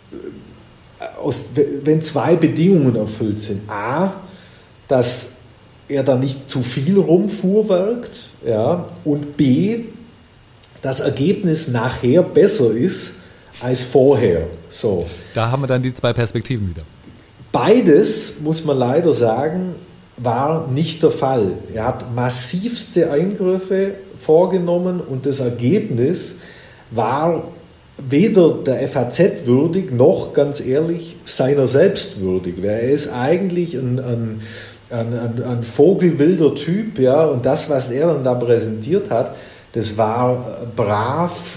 wenn zwei Bedingungen erfüllt sind. A, dass er da nicht zu viel rumfuhrwerkt, ja, und B, das Ergebnis nachher besser ist als vorher. So.
Da haben wir dann die zwei Perspektiven wieder.
Beides, muss man leider sagen, war nicht der Fall. Er hat massivste Eingriffe vorgenommen und das Ergebnis war weder der FAZ würdig, noch, ganz ehrlich, seiner selbst würdig. Er ist eigentlich ein vogelwilder Typ, ja, und das, was er dann da präsentiert hat, das war brav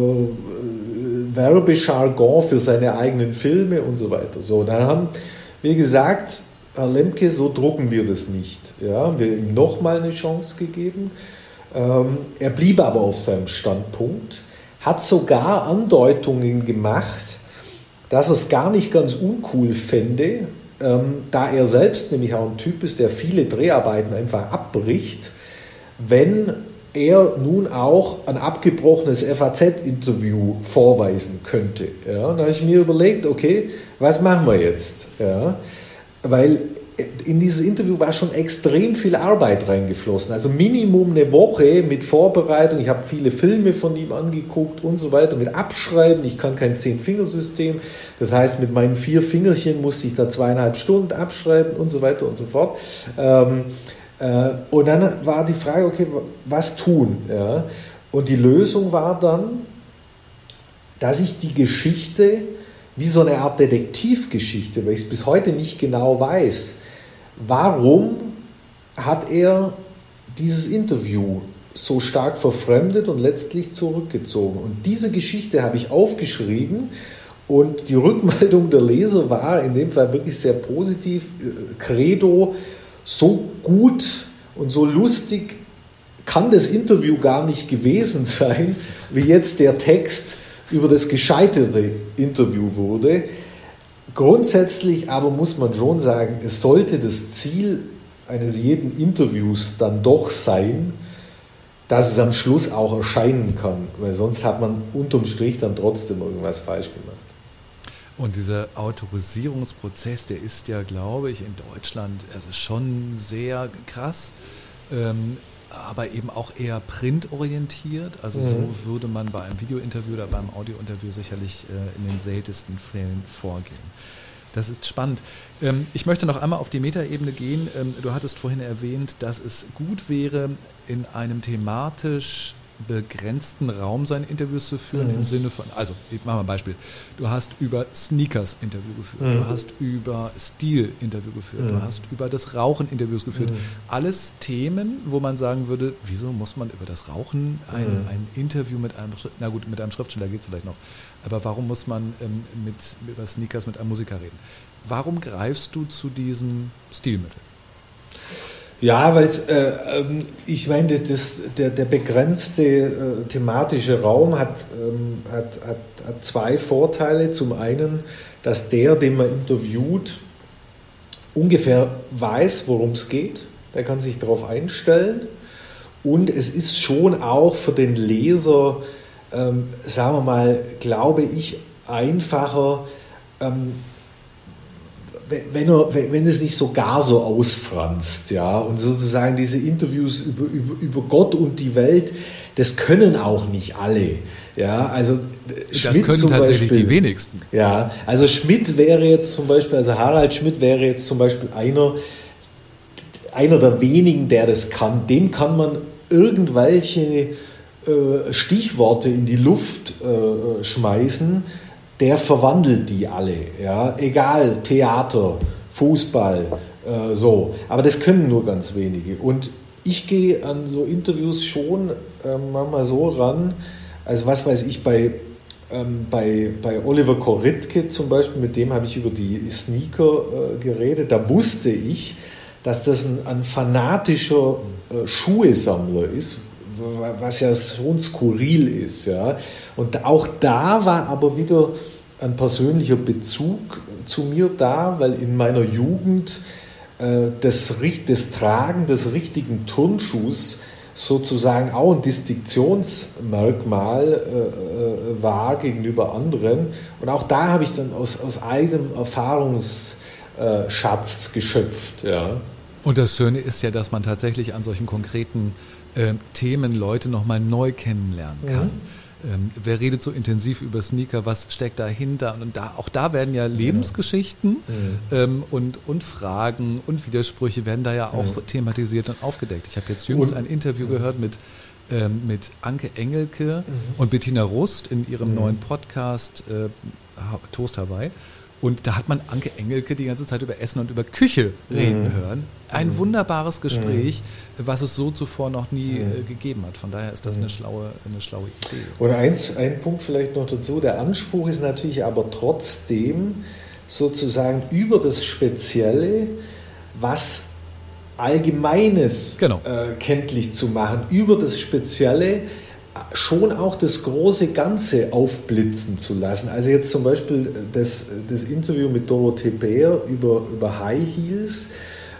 Werbejargon für seine eigenen Filme und so weiter. So, dann haben wir gesagt, Herr Lemke, so drucken wir das nicht. Ja, wir haben ihm nochmal eine Chance gegeben. Er blieb aber auf seinem Standpunkt, hat sogar Andeutungen gemacht, dass er es gar nicht ganz uncool fände, da er selbst nämlich auch ein Typ ist, der viele Dreharbeiten einfach abbricht, wenn er nun auch ein abgebrochenes FAZ-Interview vorweisen könnte. Ja, und da habe ich mir überlegt, okay, was machen wir jetzt? Ja, weil in dieses Interview war schon extrem viel Arbeit reingeflossen, also Minimum eine Woche mit Vorbereitung. Ich habe viele Filme von ihm angeguckt und so weiter, mit Abschreiben. Ich kann kein 10-Fingersystem, das heißt, mit meinen 4 Fingerchen musste ich da 2,5 Stunden abschreiben und so weiter und so fort. Und dann war die Frage, okay, was tun? Ja? Und die Lösung war dann, dass ich die Geschichte wie so eine Art Detektivgeschichte, weil ich es bis heute nicht genau weiß, warum hat er dieses Interview so stark verfremdet und letztlich zurückgezogen. Und diese Geschichte habe ich aufgeschrieben und die Rückmeldung der Leser war in dem Fall wirklich sehr positiv. Credo, so gut und so lustig kann das Interview gar nicht gewesen sein, wie jetzt der Text über das gescheiterte Interview wurde. Grundsätzlich aber muss man schon sagen, es sollte das Ziel eines jeden Interviews dann doch sein, dass es am Schluss auch erscheinen kann, weil sonst hat man unterm Strich dann trotzdem irgendwas falsch gemacht.
Und dieser Autorisierungsprozess, der ist ja, glaube ich, in Deutschland also schon sehr krass, aber eben auch eher printorientiert. Also so würde man bei einem Videointerview oder beim Audiointerview sicherlich in den seltensten Fällen vorgehen. Das ist spannend. Ich möchte noch einmal auf die Metaebene gehen. Du hattest vorhin erwähnt, dass es gut wäre, in einem thematisch begrenzten Raum seine Interviews zu führen, im Sinne von, also ich mache mal ein Beispiel, du hast über Sneakers Interview geführt, du hast über Stil Interview geführt, du hast über das Rauchen Interviews geführt, alles Themen, wo man sagen würde, wieso muss man über das Rauchen ein Interview mit einem Schriftsteller geht es vielleicht noch, aber warum muss man über Sneakers mit einem Musiker reden? Warum greifst du zu diesem Stilmittel?
Ja, weil ich meine, der begrenzte thematische Raum hat 2 Vorteile. Zum einen, dass der, den man interviewt, ungefähr weiß, worum es geht. Der kann sich darauf einstellen. Und es ist schon auch für den Leser, sagen wir mal, glaube ich, einfacher, wenn es nicht so gar so ausfranst, ja, und sozusagen diese Interviews über Gott und die Welt, das können auch nicht alle, ja, also
das können tatsächlich die wenigsten.
Ja, also Schmidt wäre jetzt zum Beispiel, also Harald Schmidt wäre jetzt zum Beispiel einer der wenigen, der das kann. Dem kann man irgendwelche Stichworte in die Luft schmeißen, der verwandelt die alle, ja, egal, Theater, Fußball, so, aber das können nur ganz wenige. Und ich gehe an so Interviews schon manchmal so ran, also was weiß ich, bei Oliver Koritke zum Beispiel, mit dem habe ich über die Sneaker geredet, da wusste ich, dass das ein fanatischer Schuhesammler ist, was ja schon skurril ist, ja. Und auch da war aber wieder ein persönlicher Bezug zu mir da, weil in meiner Jugend das Tragen des richtigen Turnschuhs sozusagen auch ein Distinktionsmerkmal war gegenüber anderen. Und auch da habe ich dann aus eigenem Erfahrungsschatz geschöpft, ja.
Und das Schöne ist ja, dass man tatsächlich an solchen konkreten Themen Leute nochmal neu kennenlernen kann. Wer redet so intensiv über Sneaker, was steckt dahinter? Und auch da werden ja Lebensgeschichten und Fragen und Widersprüche werden da ja auch thematisiert und aufgedeckt. Ich habe jetzt jüngst ein Interview gehört mit Anke Engelke und Bettina Rust in ihrem neuen Podcast Toast Hawaii. Und da hat man Anke Engelke die ganze Zeit über Essen und über Küche reden hören. Ein wunderbares Gespräch, was es so zuvor noch nie gegeben hat. Von daher ist das eine schlaue Idee.
Und ein Punkt vielleicht noch dazu. Der Anspruch ist natürlich aber trotzdem sozusagen über das Spezielle was Allgemeines kenntlich zu machen. Über das Spezielle schon auch das große Ganze aufblitzen zu lassen. Also jetzt zum Beispiel das Interview mit Dorothee Bär über High Heels,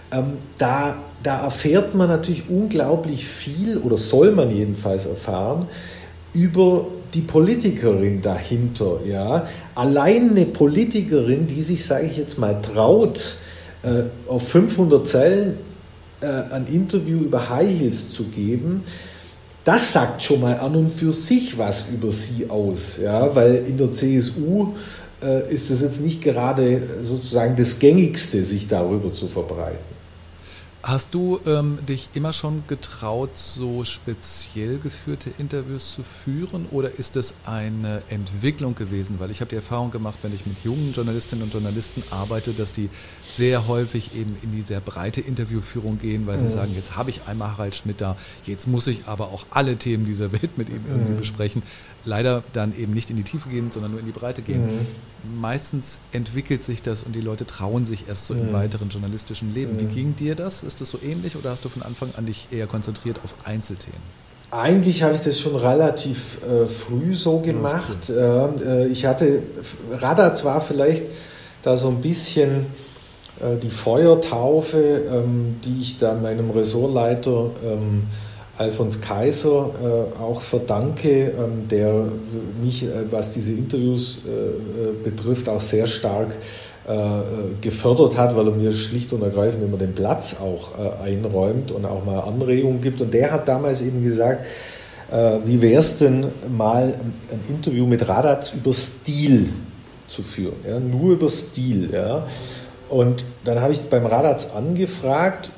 da erfährt man natürlich unglaublich viel, oder soll man jedenfalls erfahren, über die Politikerin dahinter. Ja? Allein eine Politikerin, die sich, sage ich jetzt mal, traut, auf 500 Zeilen ein Interview über High Heels zu geben, das sagt schon mal an und für sich was über sie aus, ja, weil in der CSU ist es jetzt nicht gerade sozusagen das Gängigste, sich darüber zu verbreiten.
Hast du dich immer schon getraut, so speziell geführte Interviews zu führen, oder ist es eine Entwicklung gewesen? Weil ich habe die Erfahrung gemacht, wenn ich mit jungen Journalistinnen und Journalisten arbeite, dass die sehr häufig eben in die sehr breite Interviewführung gehen, weil sie sagen, jetzt habe ich einmal Harald Schmidt da, jetzt muss ich aber auch alle Themen dieser Welt mit ihm irgendwie besprechen. Leider dann eben nicht in die Tiefe gehen, sondern nur in die Breite gehen. Meistens entwickelt sich das und die Leute trauen sich erst so im weiteren journalistischen Leben. Wie ging dir das? Ist das so ähnlich oder hast du von Anfang an dich eher konzentriert auf Einzelthemen?
Eigentlich habe ich das schon relativ früh so gemacht. Cool. Ich hatte, Radatz war vielleicht da so ein bisschen die Feuertaufe, die ich da meinem Ressortleiter Alfons Kaiser auch verdanke, der mich, was diese Interviews betrifft, auch sehr stark gefördert hat, weil er mir schlicht und ergreifend immer den Platz auch einräumt und auch mal Anregungen gibt. Und der hat damals eben gesagt, wie wäre es denn mal ein Interview mit Radatz über Stil zu führen, ja? Nur über Stil. Ja? Und dann habe ich beim Radatz angefragt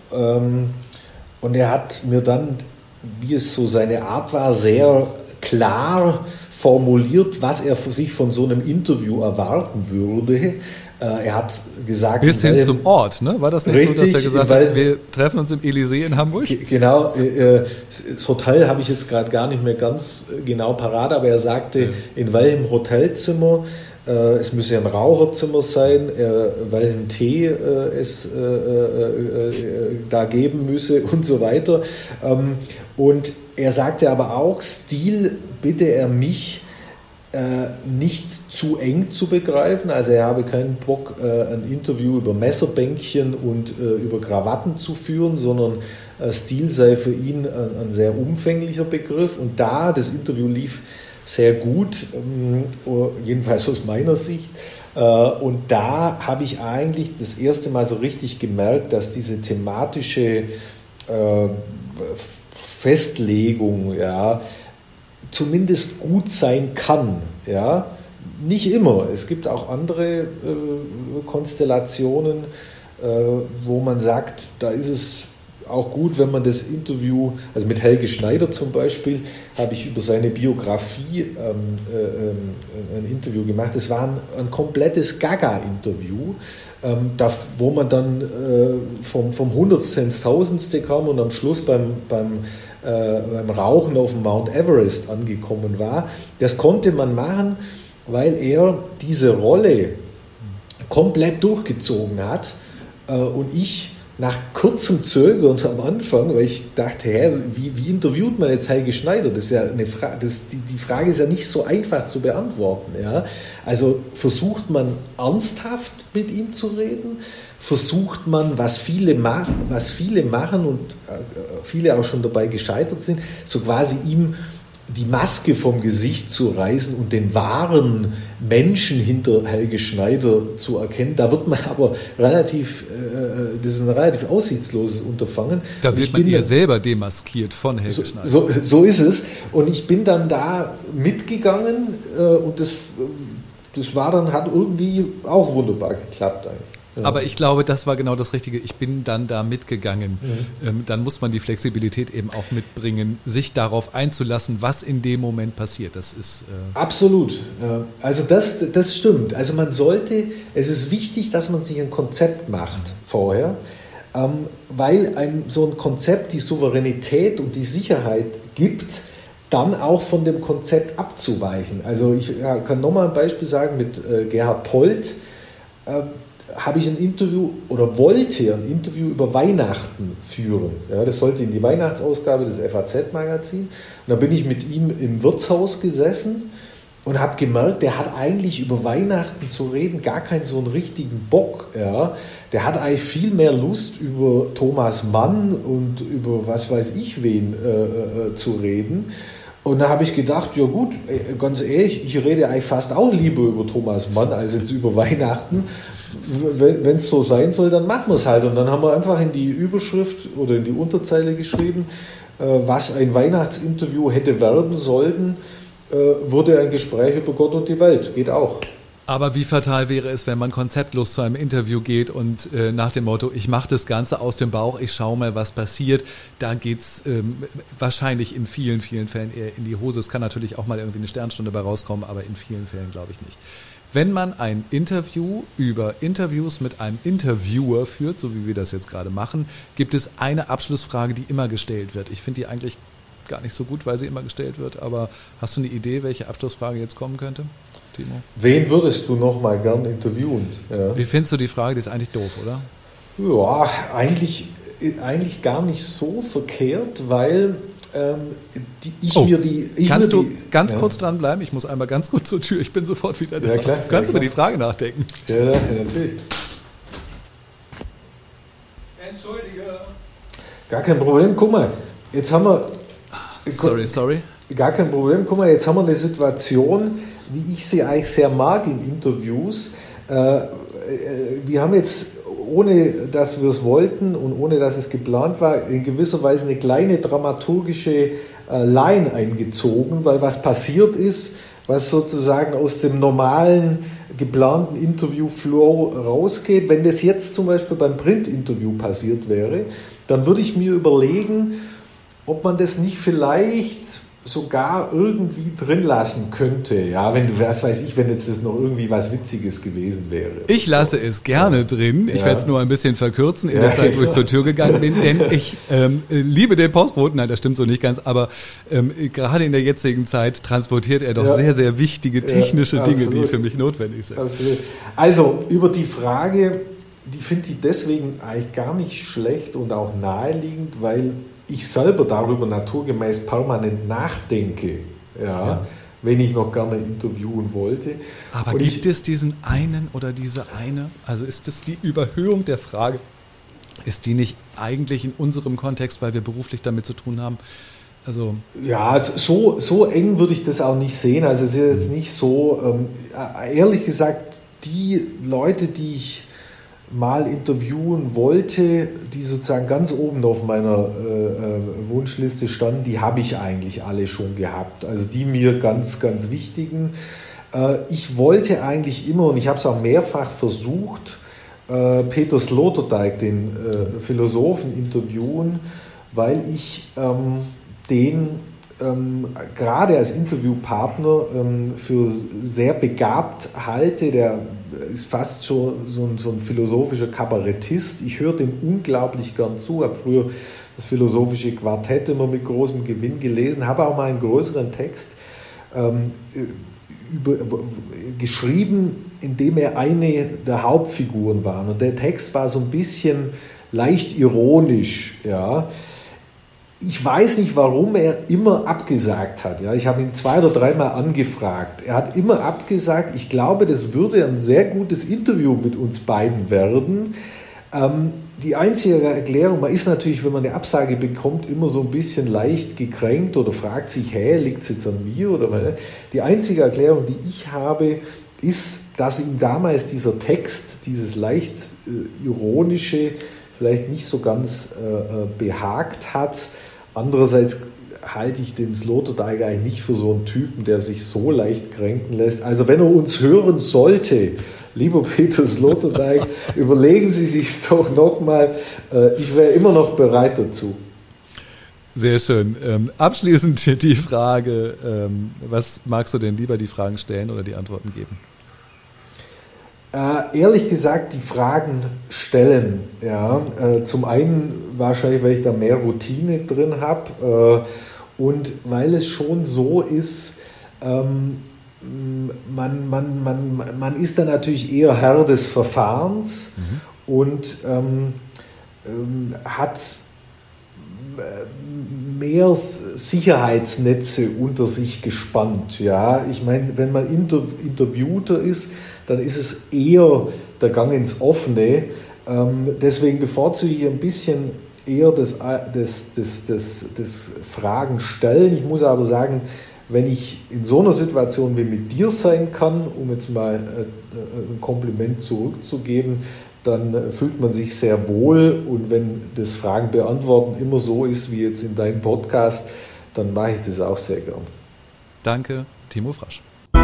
und er hat mir dann, wie es so seine Art war, sehr klar formuliert, was er für sich von so einem Interview erwarten würde. Er hat gesagt...
Bis hin zum Ort, ne? War das nicht richtig, so, dass er gesagt hat, wir treffen uns im Elysée in Hamburg?
Genau, das Hotel habe ich jetzt gerade gar nicht mehr ganz genau parat, aber er sagte, in welchem Hotelzimmer, es müsse ein Raucherzimmer sein, welchen Tee es da geben müsse und so weiter. Und er sagte aber auch, Stil bitte er mich nicht zu eng zu begreifen. Also er habe keinen Bock, ein Interview über Messerbänkchen und über Krawatten zu führen, sondern Stil sei für ihn ein sehr umfänglicher Begriff. Und das Interview lief sehr gut, jedenfalls aus meiner Sicht. Und da habe ich eigentlich das erste Mal so richtig gemerkt, dass diese thematische Festlegung, ja, zumindest gut sein kann. Ja? Nicht immer. Es gibt auch andere Konstellationen, wo man sagt, da ist es auch gut, wenn man das Interview, also mit Helge Schneider zum Beispiel, habe ich über seine Biografie ein Interview gemacht. Das war ein komplettes Gaga-Interview, wo man dann vom Hundertste ins Tausendste kam und am Schluss beim Rauchen auf dem Mount Everest angekommen war. Das konnte man machen, weil er diese Rolle komplett durchgezogen hat und ich nach kurzem Zögern am Anfang, weil ich dachte, wie interviewt man jetzt Helge Schneider? Das ist ja eine die Frage ist ja nicht so einfach zu beantworten. Ja? Also versucht man ernsthaft mit ihm zu reden? Versucht man, was viele machen und viele auch schon dabei gescheitert sind, so quasi ihm die Maske vom Gesicht zu reißen und den wahren Menschen hinter Helge Schneider zu erkennen. Da wird man aber das ist ein relativ aussichtsloses Unterfangen.
Da wird man ja selber demaskiert von Helge Schneider.
So ist es. Und ich bin dann da mitgegangen und das hat irgendwie auch wunderbar geklappt eigentlich. Ja.
Aber ich glaube, das war genau das Richtige. Ich bin dann da mitgegangen. Dann muss man die Flexibilität eben auch mitbringen, sich darauf einzulassen, was in dem Moment passiert. Das ist
absolut. Also das stimmt. Also es ist wichtig, dass man sich ein Konzept macht vorher, weil so ein Konzept die Souveränität und die Sicherheit gibt, dann auch von dem Konzept abzuweichen. Also ich kann nochmal ein Beispiel sagen mit Gerhard Polt. Habe ich ein Interview oder wollte ein Interview über Weihnachten führen. Ja, das sollte in die Weihnachtsausgabe des FAZ-Magazin. Und da bin ich mit ihm im Wirtshaus gesessen und habe gemerkt, der hat eigentlich über Weihnachten zu reden gar keinen so einen richtigen Bock. Ja. Der hat eigentlich viel mehr Lust, über Thomas Mann und über was weiß ich wen zu reden. Und da habe ich gedacht, ja gut, ganz ehrlich, ich rede eigentlich fast auch lieber über Thomas Mann als jetzt über Weihnachten. Wenn es so sein soll, dann machen wir es halt. Und dann haben wir einfach in die Überschrift oder in die Unterzeile geschrieben, was ein Weihnachtsinterview hätte werden sollen, wurde ein Gespräch über Gott und die Welt. Geht auch.
Aber wie fatal wäre es, wenn man konzeptlos zu einem Interview geht und nach dem Motto, ich mache das Ganze aus dem Bauch, ich schaue mal, was passiert. Da geht's wahrscheinlich in vielen, vielen Fällen eher in die Hose. Es kann natürlich auch mal irgendwie eine Sternstunde bei rauskommen, aber in vielen Fällen glaube ich nicht. Wenn man ein Interview über Interviews mit einem Interviewer führt, so wie wir das jetzt gerade machen, gibt es eine Abschlussfrage, die immer gestellt wird. Ich finde die eigentlich gar nicht so gut, weil sie immer gestellt wird, aber hast du eine Idee, welche Abschlussfrage jetzt kommen könnte, Timo?
Wen würdest du noch mal gern interviewen? Ja.
Wie findest du die Frage? Die ist eigentlich doof, oder?
Ja, eigentlich gar nicht so verkehrt, weil
Kannst du ganz kurz dranbleiben? Ich muss einmal ganz kurz zur Tür, ich bin sofort wieder da.
Ja, klar.
Kannst du über die Frage nachdenken?
Ja, natürlich.
Entschuldige.
Gar kein Problem. Guck mal, jetzt haben wir...
Sorry.
Gar kein Problem. Guck mal, jetzt haben wir eine Situation, wie ich sie eigentlich sehr mag in Interviews. Wir haben jetzt, ohne dass wir es wollten und ohne dass es geplant war, in gewisser Weise eine kleine dramaturgische Line eingezogen, weil was passiert ist, was sozusagen aus dem normalen geplanten Interview-Flow rausgeht. Wenn das jetzt zum Beispiel beim Print-Interview passiert wäre, dann würde ich mir überlegen, ob man das nicht vielleicht sogar irgendwie drin lassen könnte. Ja, wenn jetzt das noch irgendwie was Witziges gewesen wäre.
Ich lasse es gerne drin. Ich werde es nur ein bisschen verkürzen in der Zeit, wo ich zur Tür gegangen bin, denn ich liebe den Postboten. Nein, das stimmt so nicht ganz, aber gerade in der jetzigen Zeit transportiert er doch sehr, sehr wichtige technische Dinge, die für mich notwendig sind.
Absolut. Also, über die Frage, die finde ich deswegen eigentlich gar nicht schlecht und auch naheliegend, weil ich selber darüber naturgemäß permanent nachdenke. Ja. wenn ich noch gerne interviewen wollte.
Aber und gibt es diesen einen oder diese eine? Also ist das die Überhöhung der Frage? Ist die nicht eigentlich in unserem Kontext, weil wir beruflich damit zu tun haben? Also
ja, so eng würde ich das auch nicht sehen. Also es ist jetzt nicht so, ehrlich gesagt, die Leute, die ich mal interviewen wollte, die sozusagen ganz oben auf meiner Wunschliste standen, die habe ich eigentlich alle schon gehabt. Also die mir ganz, ganz wichtigen. Ich wollte eigentlich immer, und ich habe es auch mehrfach versucht, Peter Sloterdijk, den Philosophen, interviewen, weil ich den gerade als Interviewpartner für sehr begabt halte. Der ist fast schon so ein philosophischer Kabarettist. Ich höre dem unglaublich gern zu, habe früher das philosophische Quartett immer mit großem Gewinn gelesen, habe auch mal einen größeren Text geschrieben, in dem er eine der Hauptfiguren war. Und der Text war so ein bisschen leicht ironisch, ja. Ich weiß nicht, warum er immer abgesagt hat. Ja, ich habe ihn 2 oder 3 Mal angefragt. Er hat immer abgesagt. Ich glaube, das würde ein sehr gutes Interview mit uns beiden werden. Die einzige Erklärung, man ist natürlich, wenn man eine Absage bekommt, immer so ein bisschen leicht gekränkt oder fragt sich, liegt es jetzt an mir? Oder die einzige Erklärung, die ich habe, ist, dass ihm damals dieser Text, dieses leicht ironische, vielleicht nicht so ganz behagt hat. Andererseits halte ich den Sloterdijk eigentlich nicht für so einen Typen, der sich so leicht kränken lässt. Also wenn er uns hören sollte, lieber Peter Sloterdijk, überlegen Sie sich doch nochmal. Ich wäre immer noch bereit dazu.
Sehr schön. Abschließend die Frage, was magst du denn lieber, die Fragen stellen oder die Antworten geben?
Ehrlich gesagt, die Fragen stellen. Ja. Zum einen wahrscheinlich, weil ich da mehr Routine drin habe und weil es schon so ist, man ist dann natürlich eher Herr des Verfahrens und hat mehr Sicherheitsnetze unter sich gespannt. Ja. Ich meine, wenn man Interviewter ist, dann ist es eher der Gang ins Offene. Deswegen bevorzuge ich ein bisschen eher das Fragen stellen. Ich muss aber sagen, wenn ich in so einer Situation wie mit dir sein kann, um jetzt mal ein Kompliment zurückzugeben, dann fühlt man sich sehr wohl. Und wenn das Fragen beantworten immer so ist wie jetzt in deinem Podcast, dann mache ich das auch sehr gern.
Danke, Timo Frasch.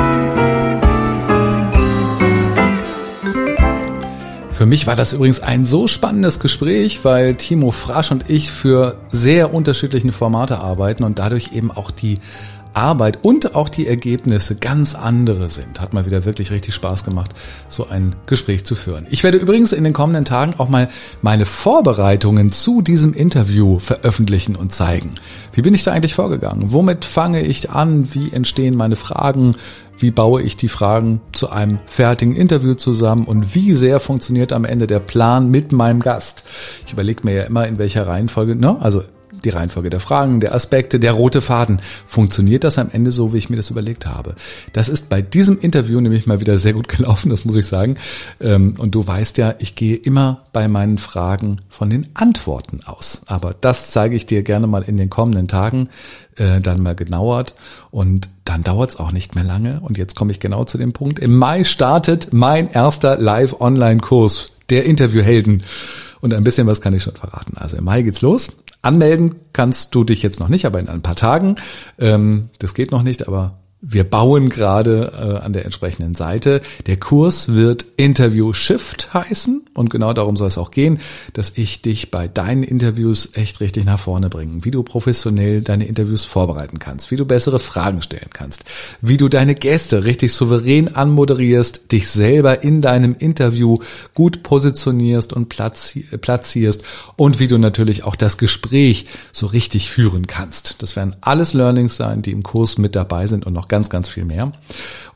Für mich war das übrigens ein so spannendes Gespräch, weil Timo Frasch und ich für sehr unterschiedliche Formate arbeiten und dadurch eben auch die Arbeit und auch die Ergebnisse ganz andere sind. Hat mal wieder wirklich richtig Spaß gemacht, so ein Gespräch zu führen. Ich werde übrigens in den kommenden Tagen auch mal meine Vorbereitungen zu diesem Interview veröffentlichen und zeigen. Wie bin ich da eigentlich vorgegangen? Womit fange ich an? Wie entstehen meine Fragen? Wie baue ich die Fragen zu einem fertigen Interview zusammen und wie sehr funktioniert am Ende der Plan mit meinem Gast? Ich überlege mir ja immer, in welcher Reihenfolge, also die Reihenfolge der Fragen, der Aspekte, der rote Faden. Funktioniert das am Ende so, wie ich mir das überlegt habe? Das ist bei diesem Interview nämlich mal wieder sehr gut gelaufen, das muss ich sagen. Und du weißt ja, ich gehe immer bei meinen Fragen von den Antworten aus. Aber das zeige ich dir gerne mal in den kommenden Tagen dann mal genauert. Und dann dauert es auch nicht mehr lange. Und jetzt komme ich genau zu dem Punkt. Im Mai startet mein erster Live-Online-Kurs, der Interviewhelden. Und ein bisschen was kann ich schon verraten. Also im Mai geht's los. Anmelden kannst du dich jetzt noch nicht, aber in ein paar Tagen. Das geht noch nicht, aber wir bauen gerade an der entsprechenden Seite. Der Kurs wird Interview Shift heißen und genau darum soll es auch gehen, dass ich dich bei deinen Interviews echt richtig nach vorne bringe. Wie du professionell deine Interviews vorbereiten kannst, wie du bessere Fragen stellen kannst, wie du deine Gäste richtig souverän anmoderierst, dich selber in deinem Interview gut positionierst und platzierst und wie du natürlich auch das Gespräch so richtig führen kannst. Das werden alles Learnings sein, die im Kurs mit dabei sind und noch ganz, ganz viel mehr.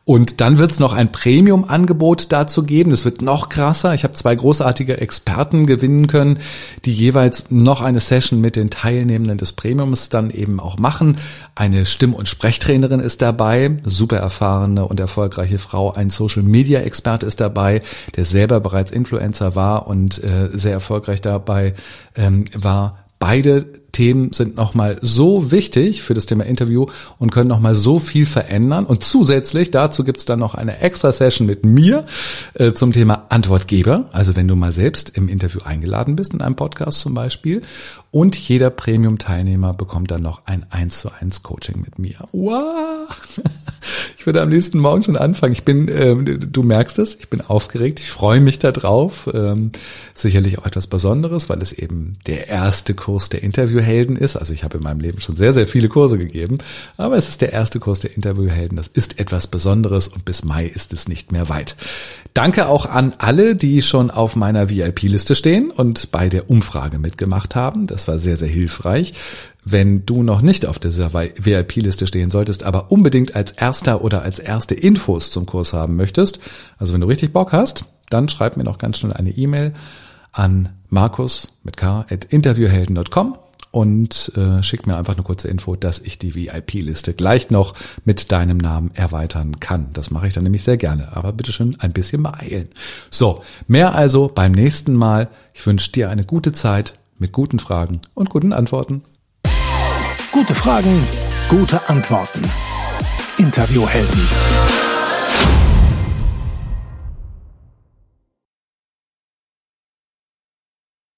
Und dann wird es noch ein Premium-Angebot dazu geben. Das wird noch krasser. Ich habe 2 großartige Experten gewinnen können, die jeweils noch eine Session mit den Teilnehmenden des Premiums dann eben auch machen. Eine Stimm- und Sprechtrainerin ist dabei, super erfahrene und erfolgreiche Frau. Ein Social-Media-Experte ist dabei, der selber bereits Influencer war und sehr erfolgreich dabei war. Beide Themen sind nochmal so wichtig für das Thema Interview und können nochmal so viel verändern. Und zusätzlich dazu gibt's dann noch eine extra Session mit mir zum Thema Antwortgeber. Also wenn du mal selbst im Interview eingeladen bist, in einem Podcast zum Beispiel. Und jeder Premium-Teilnehmer bekommt dann noch ein 1:1 Coaching mit mir. Wow! Ich würde am liebsten morgen schon anfangen. Du merkst es, ich bin aufgeregt. Ich freue mich da drauf. Sicherlich auch etwas Besonderes, weil es eben der erste Kurs der Interviewhelden ist. Also ich habe in meinem Leben schon sehr, sehr viele Kurse gegeben. Aber es ist der erste Kurs der Interviewhelden. Das ist etwas Besonderes und bis Mai ist es nicht mehr weit. Danke auch an alle, die schon auf meiner VIP-Liste stehen und bei der Umfrage mitgemacht haben. Das war sehr, sehr hilfreich. Wenn du noch nicht auf dieser VIP-Liste stehen solltest, aber unbedingt als Erster oder als Erste Infos zum Kurs haben möchtest, also wenn du richtig Bock hast, dann schreib mir noch ganz schnell eine E-Mail an markus@interviewhelden.com und schick mir einfach eine kurze Info, dass ich die VIP-Liste gleich noch mit deinem Namen erweitern kann. Das mache ich dann nämlich sehr gerne, aber bitteschön ein bisschen beeilen. So, mehr also beim nächsten Mal. Ich wünsche dir eine gute Zeit mit guten Fragen und guten Antworten.
Gute Fragen, gute Antworten. Interviewhelden.